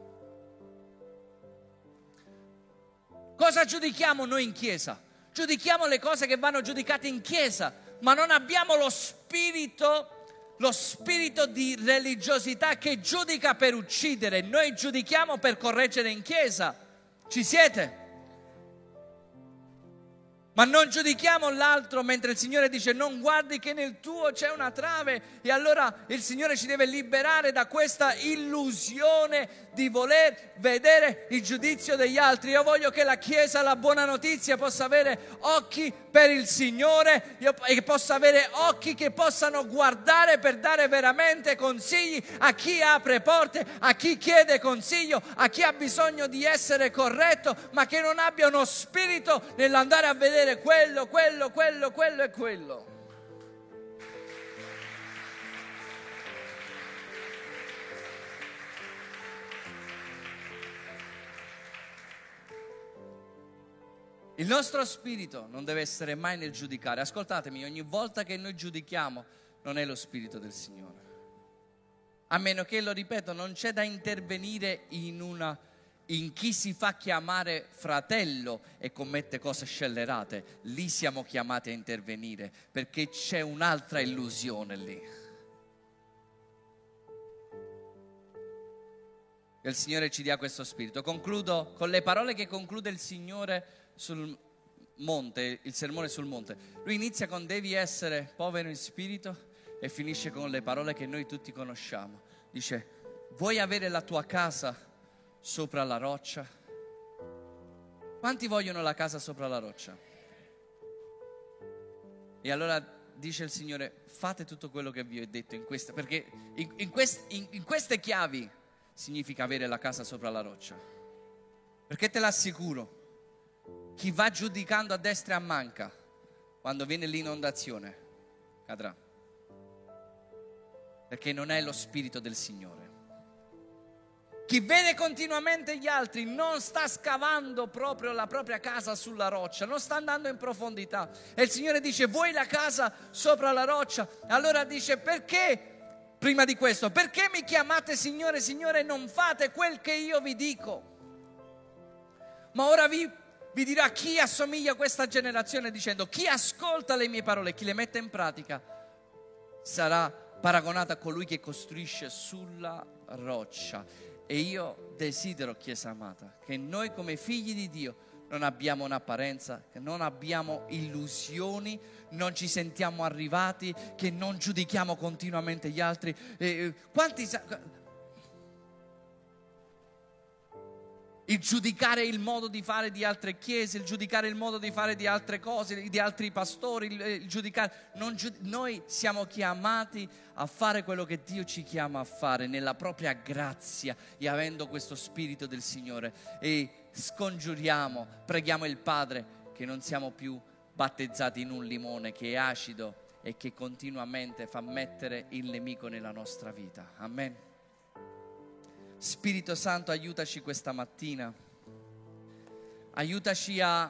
cosa giudichiamo noi in chiesa? Giudichiamo le cose che vanno giudicate in chiesa, ma non abbiamo lo spirito, lo spirito di religiosità che giudica per uccidere. Noi giudichiamo per correggere in chiesa. Ci siete? Ma non giudichiamo l'altro, mentre il Signore dice: non guardi che nel tuo c'è una trave. E allora il Signore ci deve liberare da questa illusione di voler vedere il giudizio degli altri. Io voglio che la Chiesa, la buona notizia, possa avere occhi per il Signore e che possa avere occhi che possano guardare per dare veramente consigli a chi apre porte, a chi chiede consiglio, a chi ha bisogno di essere corretto, ma che non abbia uno spirito nell'andare a vedere quello, quello, quello, quello e quello. Il nostro spirito non deve essere mai nel giudicare. Ascoltatemi, ogni volta che noi giudichiamo non è lo spirito del Signore. A meno che, lo ripeto, non c'è da intervenire in una in chi si fa chiamare fratello e commette cose scellerate. Lì siamo chiamati a intervenire, perché c'è un'altra illusione lì. Che il Signore ci dia questo spirito. Concludo con le parole che conclude il Signore sul monte, il sermone sul monte. Lui inizia con: devi essere povero in spirito, e finisce con le parole che noi tutti conosciamo. Dice: vuoi avere la tua casa sopra la roccia? Quanti vogliono la casa sopra la roccia? E allora dice il Signore, fate tutto quello che vi ho detto in questa, perché in, in, quest, in, in queste chiavi significa avere la casa sopra la roccia. Perché te l'assicuro, chi va giudicando a destra e a manca, quando viene l'inondazione, cadrà. Perché non è lo spirito del Signore. Chi vede continuamente gli altri non sta scavando proprio la propria casa sulla roccia, non sta andando in profondità. E il Signore dice, vuoi la casa sopra la roccia? Allora dice, perché, prima di questo, perché mi chiamate Signore, Signore e non fate quel che io vi dico? Ma ora vi, vi dirà chi assomiglia a questa generazione dicendo, chi ascolta le mie parole, chi le mette in pratica, sarà paragonato a colui che costruisce sulla roccia. E io desidero, Chiesa amata, che noi come figli di Dio non abbiamo un'apparenza, che non abbiamo illusioni, non ci sentiamo arrivati, che non giudichiamo continuamente gli altri. Eh, quanti sa- il giudicare il modo di fare di altre chiese, il giudicare il modo di fare di altre cose, di altri pastori, il, il giudicare. Non giud- noi siamo chiamati a fare quello che Dio ci chiama a fare nella propria grazia e avendo questo spirito del Signore. E scongiuriamo, preghiamo il Padre che non siamo più battezzati in un limone che è acido e che continuamente fa mettere il nemico nella nostra vita. Amen. Spirito Santo, aiutaci questa mattina, aiutaci a,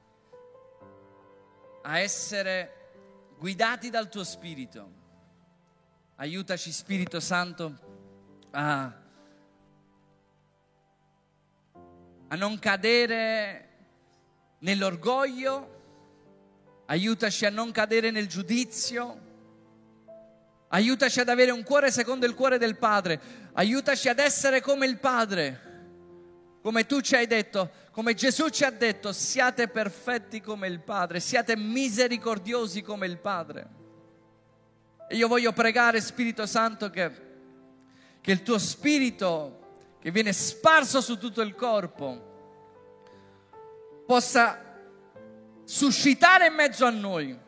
a essere guidati dal tuo Spirito, aiutaci Spirito Santo a, a non cadere nell'orgoglio, aiutaci a non cadere nel giudizio. Aiutaci ad avere un cuore secondo il cuore del Padre. Aiutaci ad essere come il Padre. Come tu ci hai detto, come Gesù ci ha detto, siate perfetti come il Padre, siate misericordiosi come il Padre. E io voglio pregare, Spirito Santo, che, che il tuo Spirito, che viene sparso su tutto il corpo, possa suscitare in mezzo a noi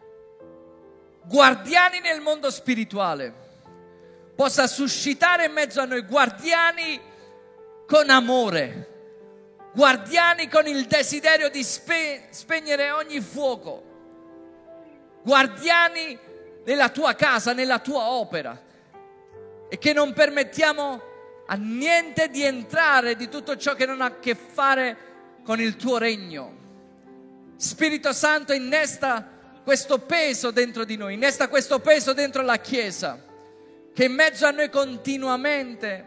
guardiani nel mondo spirituale, possa suscitare in mezzo a noi guardiani con amore, guardiani con il desiderio di spe- spegnere ogni fuoco, guardiani nella tua casa, nella tua opera, e che non permettiamo a niente di entrare di tutto ciò che non ha a che fare con il tuo regno. Spirito Santo, innesta questo peso dentro di noi, innesta questo peso dentro la Chiesa, che in mezzo a noi continuamente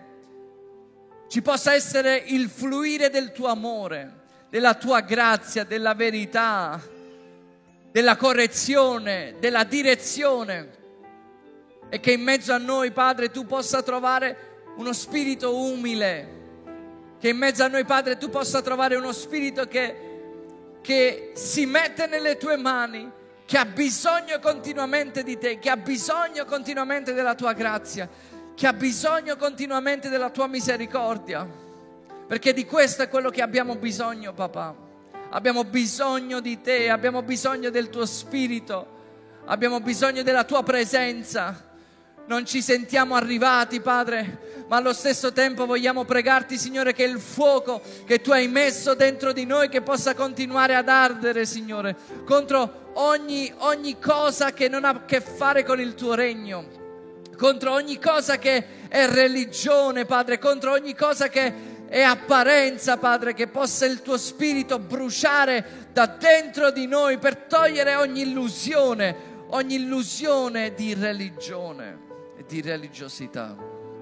ci possa essere il fluire del tuo amore, della tua grazia, della verità, della correzione, della direzione, e che in mezzo a noi, Padre, tu possa trovare uno spirito umile, che in mezzo a noi, Padre, tu possa trovare uno spirito che, che si mette nelle tue mani, che ha bisogno continuamente di te, che ha bisogno continuamente della tua grazia, che ha bisogno continuamente della tua misericordia, perché di questo è quello che abbiamo bisogno, papà. Abbiamo bisogno di te, abbiamo bisogno del tuo spirito, abbiamo bisogno della tua presenza. Non ci sentiamo arrivati, Padre, ma allo stesso tempo vogliamo pregarti, Signore, che il fuoco che tu hai messo dentro di noi, che possa continuare ad ardere, Signore, contro ogni, ogni cosa che non ha a che fare con il tuo regno, contro ogni cosa che è religione, Padre, contro ogni cosa che è apparenza, Padre, che possa il tuo spirito bruciare da dentro di noi per togliere ogni illusione, ogni illusione di religione e di religiosità.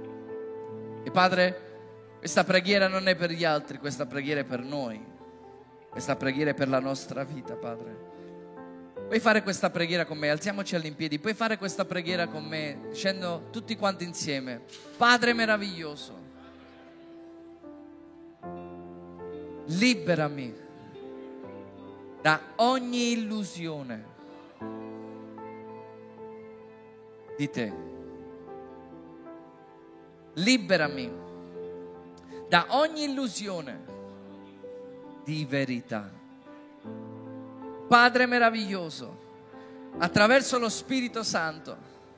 E Padre, questa preghiera non è per gli altri, questa preghiera è per noi, questa preghiera è per la nostra vita, Padre. Puoi fare questa preghiera con me? Alziamoci all'impiedi. Puoi fare questa preghiera con me dicendo tutti quanti insieme: Padre meraviglioso, liberami da ogni illusione di te. Liberami da ogni illusione di verità. Padre meraviglioso, attraverso lo Spirito Santo,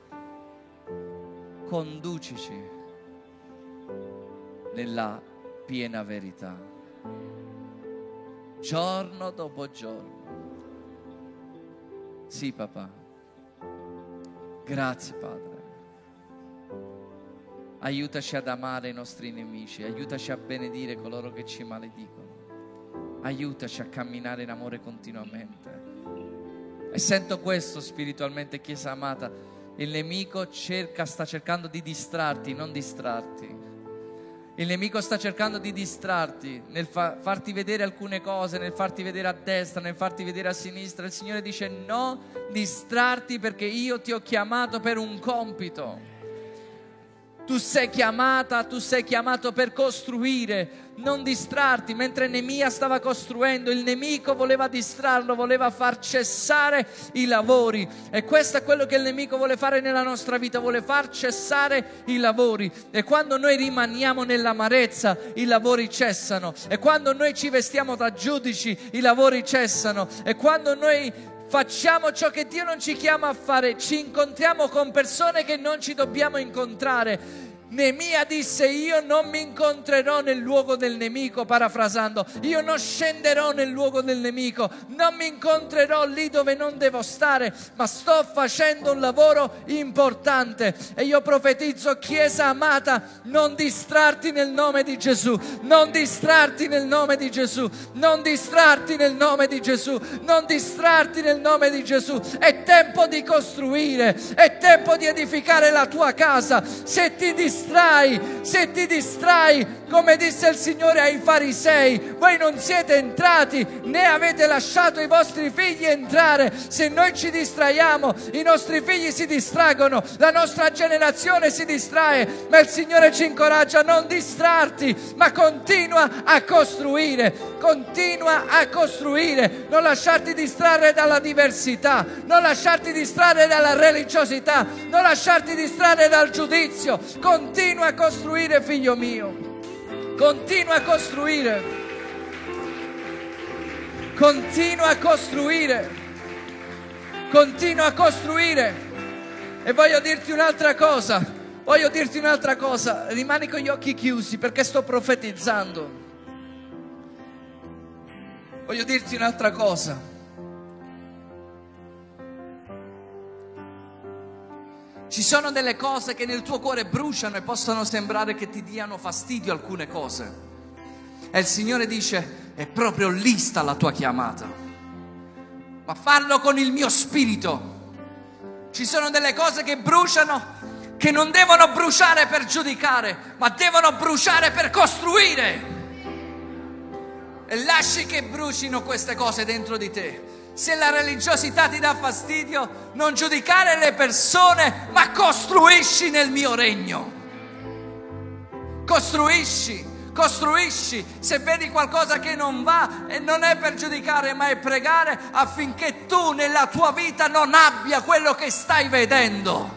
conducici nella piena verità, giorno dopo giorno. Sì, papà. Grazie, Padre. Aiutaci ad amare i nostri nemici, aiutaci a benedire coloro che ci maledicono, aiutaci a camminare in amore continuamente. E sento questo spiritualmente, Chiesa amata: il nemico cerca, sta cercando di distrarti, non distrarti. Il nemico sta cercando di distrarti nel fa- farti vedere alcune cose, nel farti vedere a destra, nel farti vedere a sinistra. Il Signore dice: no distrarti, perché io ti ho chiamato per un compito. Tu sei chiamata, tu sei chiamato per costruire, non distrarti. Mentre Neemia stava costruendo, il nemico voleva distrarlo, voleva far cessare i lavori. E questo è quello che il nemico vuole fare nella nostra vita, vuole far cessare i lavori. E quando noi rimaniamo nell'amarezza, i lavori cessano. E quando noi ci vestiamo da giudici, i lavori cessano. E quando noi facciamo ciò che Dio non ci chiama a fare, ci incontriamo con persone che non ci dobbiamo incontrare. Neemia disse: io non mi incontrerò nel luogo del nemico, parafrasando, io non scenderò nel luogo del nemico, non mi incontrerò lì dove non devo stare, ma sto facendo un lavoro importante. E io profetizzo, Chiesa amata, non distrarti nel nome di Gesù, non distrarti nel nome di Gesù, non distrarti nel nome di Gesù, non distrarti nel nome di Gesù. È tempo di costruire, è tempo di edificare la tua casa. Se ti distrai, se ti distrai, come disse il Signore ai farisei, voi non siete entrati né avete lasciato i vostri figli entrare. Se noi ci distraiamo, i nostri figli si distraggono, la nostra generazione si distrae, ma il Signore ci incoraggia: non distrarti, ma continua a costruire, continua a costruire, non lasciarti distrarre dalla diversità, non lasciarti distrarre dalla religiosità, non lasciarti distrarre dal giudizio. Continua a costruire, figlio mio. Continua a costruire. Continua a costruire. Continua a costruire. E voglio dirti un'altra cosa. Voglio dirti un'altra cosa. Rimani con gli occhi chiusi, perché sto profetizzando. Voglio dirti un'altra cosa. Ci sono delle cose che nel tuo cuore bruciano e possono sembrare che ti diano fastidio, alcune cose. E il Signore dice: è proprio lì sta la tua chiamata. Ma farlo con il mio spirito. Ci sono delle cose che bruciano, che non devono bruciare per giudicare, ma devono bruciare per costruire. E lasci che brucino queste cose dentro di te. Se la religiosità ti dà fastidio, non giudicare le persone, ma costruisci nel mio regno. Costruisci, costruisci. Se vedi qualcosa che non va, e non è per giudicare, ma è pregare affinché tu nella tua vita non abbia quello che stai vedendo.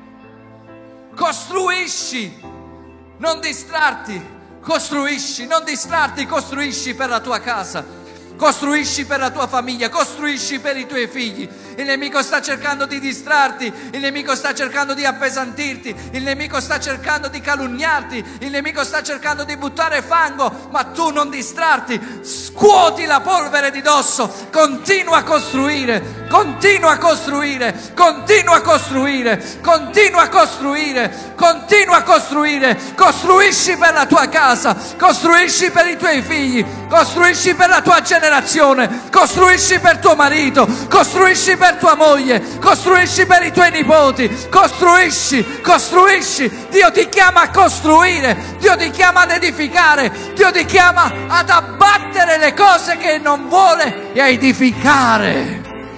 Costruisci, non distrarti. Costruisci, non distrarti, costruisci per la tua casa. Costruisci per la tua famiglia, costruisci per i tuoi figli. Il nemico sta cercando di distrarti, il nemico sta cercando di appesantirti, il nemico sta cercando di calunniarti, il nemico sta cercando di buttare fango, ma tu non distrarti, scuoti la polvere di dosso, continua a costruire, continua a costruire, continua a costruire, continua a costruire, continua a costruire, costruisci per la tua casa, costruisci per i tuoi figli, costruisci per la tua generazione, costruisci per tuo marito, costruisci per tua moglie, costruisci per i tuoi nipoti, costruisci, costruisci. Dio ti chiama a costruire, Dio ti chiama ad edificare, Dio ti chiama ad abbattere le cose che non vuole e a edificare,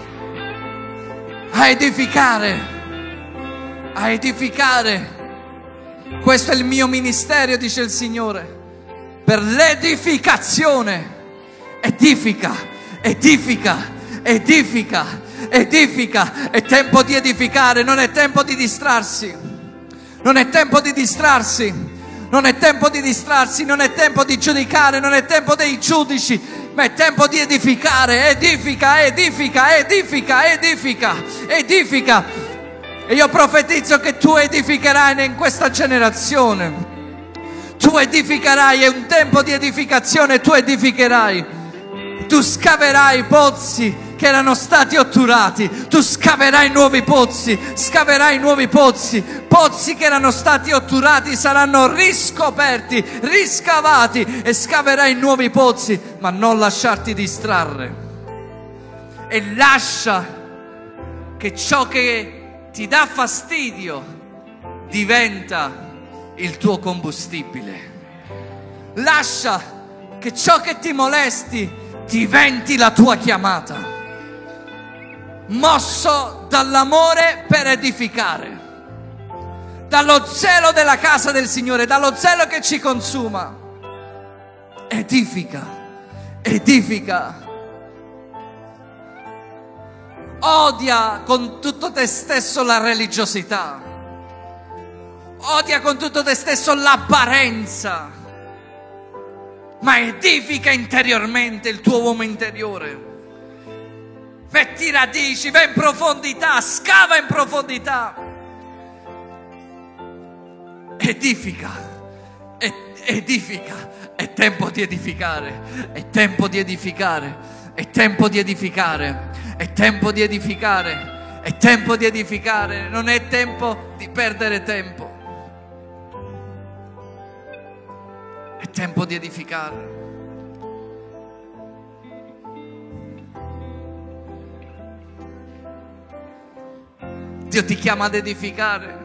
a edificare, a edificare. Questo è il mio ministero, dice il Signore, per l'edificazione. Edifica, edifica, edifica, edifica. È tempo di edificare, non è tempo di distrarsi. Non è tempo di distrarsi. Non è tempo di distrarsi, non è tempo di giudicare, non è tempo dei giudici. ma è tempo di edificare. Edifica, edifica, edifica, edifica, edifica. E io profetizzo che tu edificherai in questa generazione. Tu edificherai, è un tempo di edificazione, tu edificherai. Tu scaverai pozzi che erano stati otturati, tu scaverai nuovi pozzi, scaverai nuovi pozzi, pozzi che erano stati otturati saranno riscoperti, riscavati, e scaverai nuovi pozzi, ma non lasciarti distrarre. E lascia che ciò che ti dà fastidio diventa il tuo combustibile. Lascia che ciò che ti molesti diventi la tua chiamata, mosso dall'amore per edificare, dallo zelo della casa del Signore, dallo zelo che ci consuma. Edifica, edifica. Odia con tutto te stesso la religiosità, odia con tutto te stesso l'apparenza, ma edifica interiormente il tuo uomo interiore. Metti radici, va in profondità, scava in profondità. Edifica, ed, edifica. È tempo di edificare, è tempo di edificare, è tempo di edificare, è tempo di edificare, è tempo di edificare. Non è tempo di perdere tempo. È tempo di edificare. Dio ti chiama ad edificare.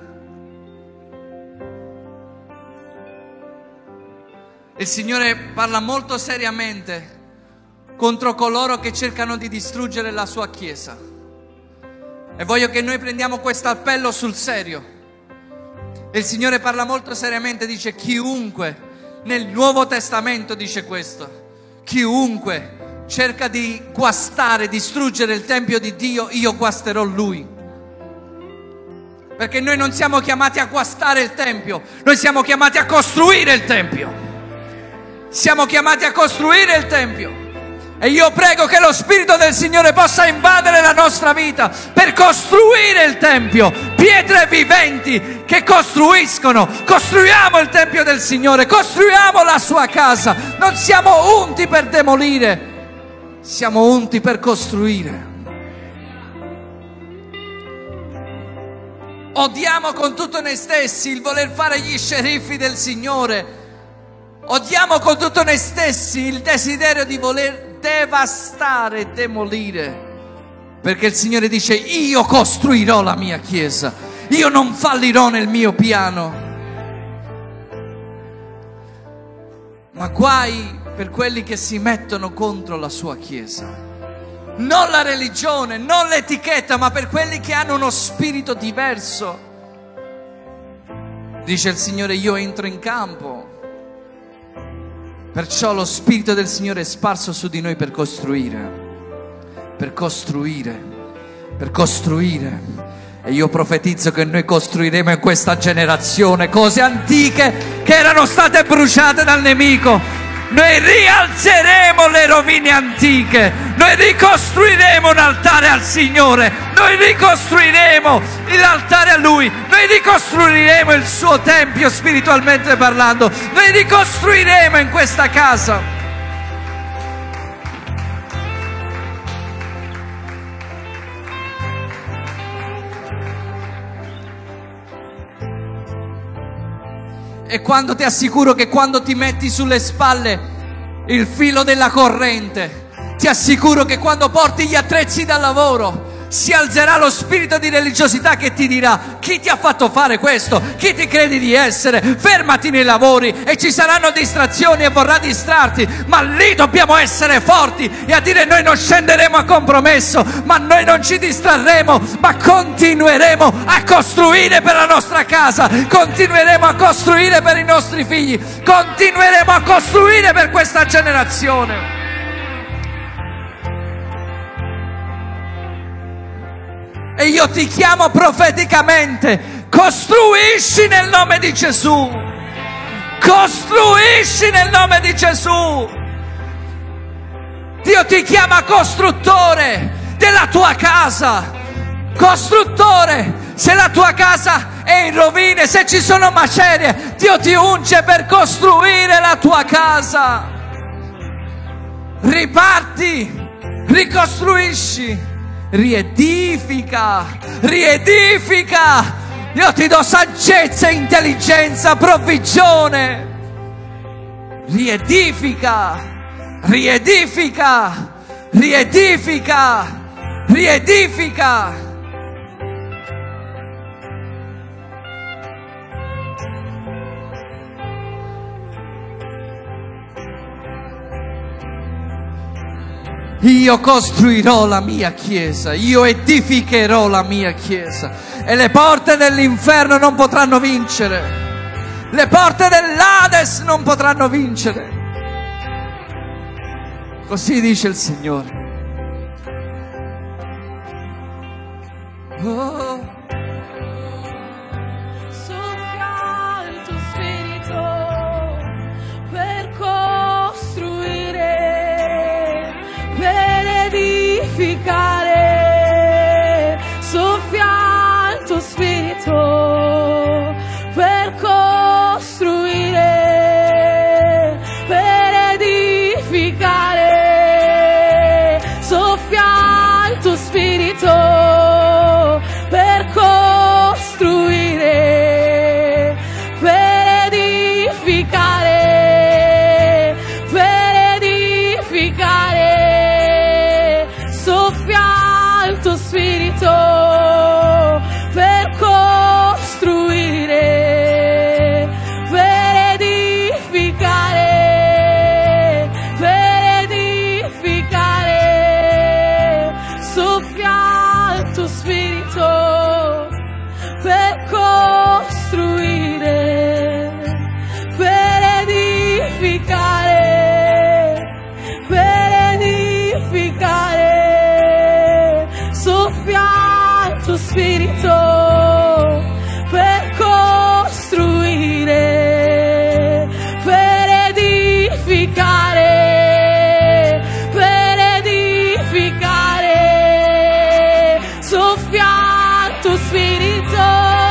Il Signore parla molto seriamente contro coloro che cercano di distruggere la sua Chiesa. E voglio che noi prendiamo questo appello sul serio. Il Signore parla molto seriamente, dice: chiunque, nel Nuovo Testamento dice questo, chiunque cerca di guastare, distruggere il Tempio di Dio, io guasterò lui. Perché noi non siamo chiamati a guastare il Tempio, noi siamo chiamati a costruire il Tempio. Siamo chiamati a costruire il Tempio. E io prego che lo Spirito del Signore possa invadere la nostra vita per costruire il Tempio. Pietre viventi che costruiscono. Costruiamo il Tempio del Signore, costruiamo la sua casa. Non siamo unti per demolire, siamo unti per costruire. Odiamo con tutto noi stessi il voler fare gli sceriffi del Signore. Odiamo con tutto noi stessi il desiderio di voler devastare e demolire, perché il Signore dice: io costruirò la mia Chiesa, io non fallirò nel mio piano. Ma guai per quelli che si mettono contro la sua Chiesa, non la religione, non l'etichetta, ma per quelli che hanno uno spirito diverso. Dice il Signore: io entro in campo. Perciò lo Spirito del Signore è sparso su di noi per costruire, per costruire, per costruire. E io profetizzo che noi costruiremo in questa generazione cose antiche che erano state bruciate dal nemico. Noi rialzeremo le rovine antiche, noi ricostruiremo un altare al Signore, noi ricostruiremo l'altare a Lui, noi ricostruiremo il suo tempio spiritualmente parlando, noi ricostruiremo in questa casa. E quando ti assicuro che quando ti metti sulle spalle il filo della corrente, ti assicuro che quando porti gli attrezzi da lavoro si alzerà lo spirito di religiosità che ti dirà: chi ti ha fatto fare questo? Chi ti credi di essere? Fermati nei lavori. E ci saranno distrazioni e vorrà distrarti, ma lì dobbiamo essere forti e a dire: noi non scenderemo a compromesso, ma noi non ci distrarremo, ma continueremo a costruire per la nostra casa, continueremo a costruire per i nostri figli, continueremo a costruire per questa generazione. E io ti chiamo profeticamente: costruisci nel nome di Gesù, costruisci nel nome di Gesù. Dio ti chiama costruttore della tua casa. Costruttore, se la tua casa è in rovine, se ci sono macerie, Dio ti unge per costruire la tua casa. Riparti, ricostruisci, riedifica, riedifica. Io ti do saggezza, intelligenza, provvigione. Riedifica, riedifica, riedifica, riedifica. Io costruirò la mia chiesa, io edificherò la mia chiesa e le porte dell'inferno non potranno vincere, le porte dell'Ades non potranno vincere. Così dice il Signore. Oh. Soffia il tuo spirito per costruire, per edificare. Soffia il tuo spirito per costruire, per edificare. Soffia il tuo spirito per costruire, per edificare, per edificare. Soffia il tuo spirito per costruire, per edificare, per edificare. Soffia il tuo spirito per costruire, per edificare, per edificare. Soffia il tuo spirito per costruire, per edificare, per edificare. Soffia il tuo spirito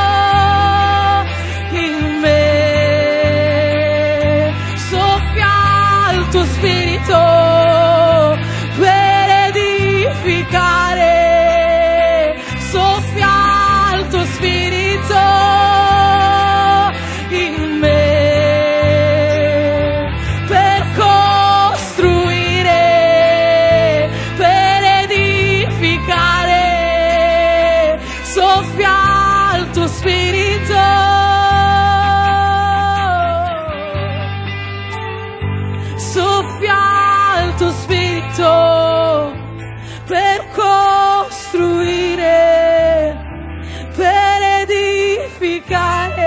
in me, soffia il tuo spirito per edificare. Soffia il tuo spirito in me per costruire, per edificare. Soffia il tuo spirito, soffia il tuo spirito per costruire, per edificare.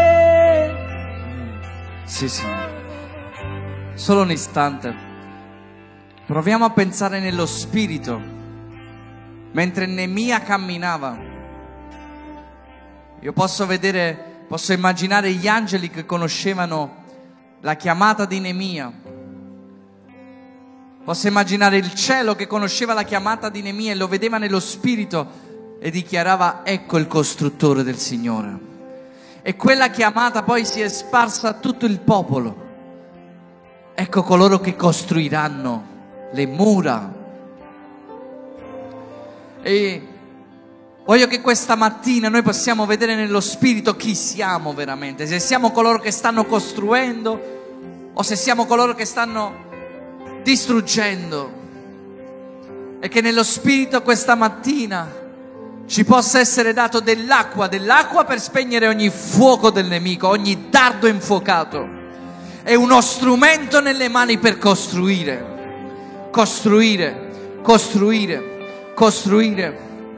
Sì, Signore. Solo un istante. Proviamo a pensare nello spirito. Mentre Neemia camminava, io posso vedere, posso immaginare gli angeli che conoscevano la chiamata di Neemia. Posso immaginare il cielo che conosceva la chiamata di Neemia e lo vedeva nello spirito e dichiarava: ecco il costruttore del Signore. E quella chiamata poi si è sparsa a tutto il popolo. Ecco coloro che costruiranno le mura. E voglio che questa mattina noi possiamo vedere nello spirito chi siamo veramente, se siamo coloro che stanno costruendo o se siamo coloro che stanno distruggendo. E che nello spirito questa mattina ci possa essere dato dell'acqua, dell'acqua per spegnere ogni fuoco del nemico, ogni dardo infuocato. È uno strumento nelle mani per costruire, costruire, costruire, costruire.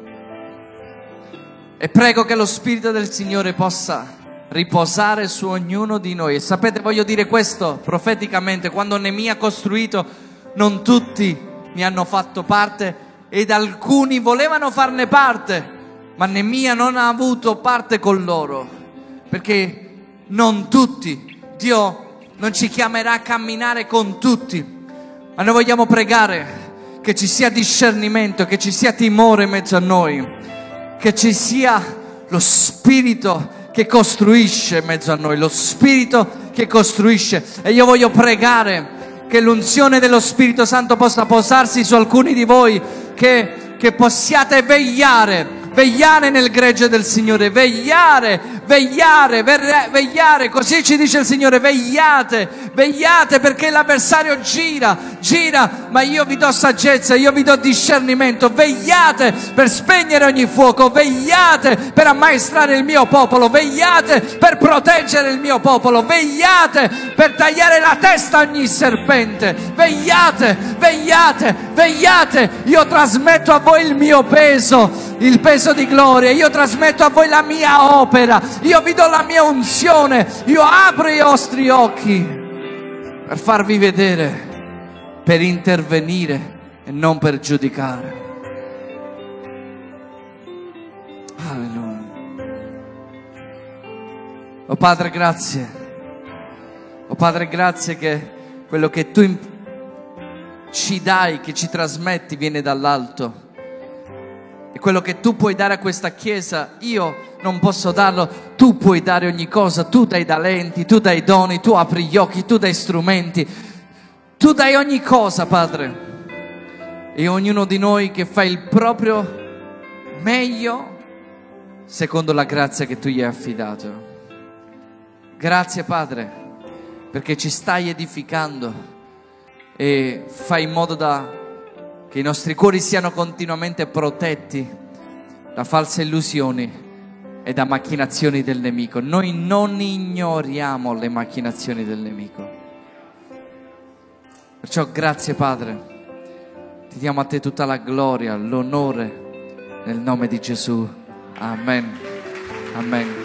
E prego che lo Spirito del Signore possa riposare su ognuno di noi. E sapete, voglio dire questo profeticamente: quando Neemia ha costruito, non tutti ne hanno fatto parte ed alcuni volevano farne parte, ma Neemia non ha avuto parte con loro, perché non tutti, Dio non ci chiamerà a camminare con tutti, ma noi vogliamo pregare che ci sia discernimento, che ci sia timore in mezzo a noi, che ci sia lo Spirito che costruisce in mezzo a noi, lo Spirito che costruisce. E io voglio pregare che l'unzione dello Spirito Santo possa posarsi su alcuni di voi, che, che possiate vegliare, vegliare nel gregge del Signore, vegliare, vegliare, vegliare, così ci dice il Signore, vegliate, vegliate perché l'avversario gira, gira, ma io vi do saggezza, io vi do discernimento, vegliate per spegnere ogni fuoco, vegliate per ammaestrare il mio popolo, vegliate per proteggere il mio popolo, vegliate per tagliare la testa a ogni serpente, vegliate, vegliate, vegliate, io trasmetto a voi il mio peso, il peso di gloria, io trasmetto a voi la mia opera, io vi do la mia unzione, io apro i vostri occhi per farvi vedere, per intervenire e non per giudicare. Alleluia. Oh Padre, grazie. Oh Padre, grazie che quello che tu ci dai, che ci trasmetti, viene dall'alto. E quello che tu puoi dare a questa Chiesa, io non posso darlo, tu puoi dare ogni cosa, tu dai talenti, tu dai doni, tu apri gli occhi, tu dai strumenti, tu dai ogni cosa, Padre. E ognuno di noi che fa il proprio meglio secondo la grazia che tu gli hai affidato. Grazie, Padre, perché ci stai edificando e fai in modo da che i nostri cuori siano continuamente protetti da false illusioni e da macchinazioni del nemico. Noi non ignoriamo le macchinazioni del nemico. Perciò grazie, Padre, ti diamo a te tutta la gloria, l'onore nel nome di Gesù. Amen. Amen.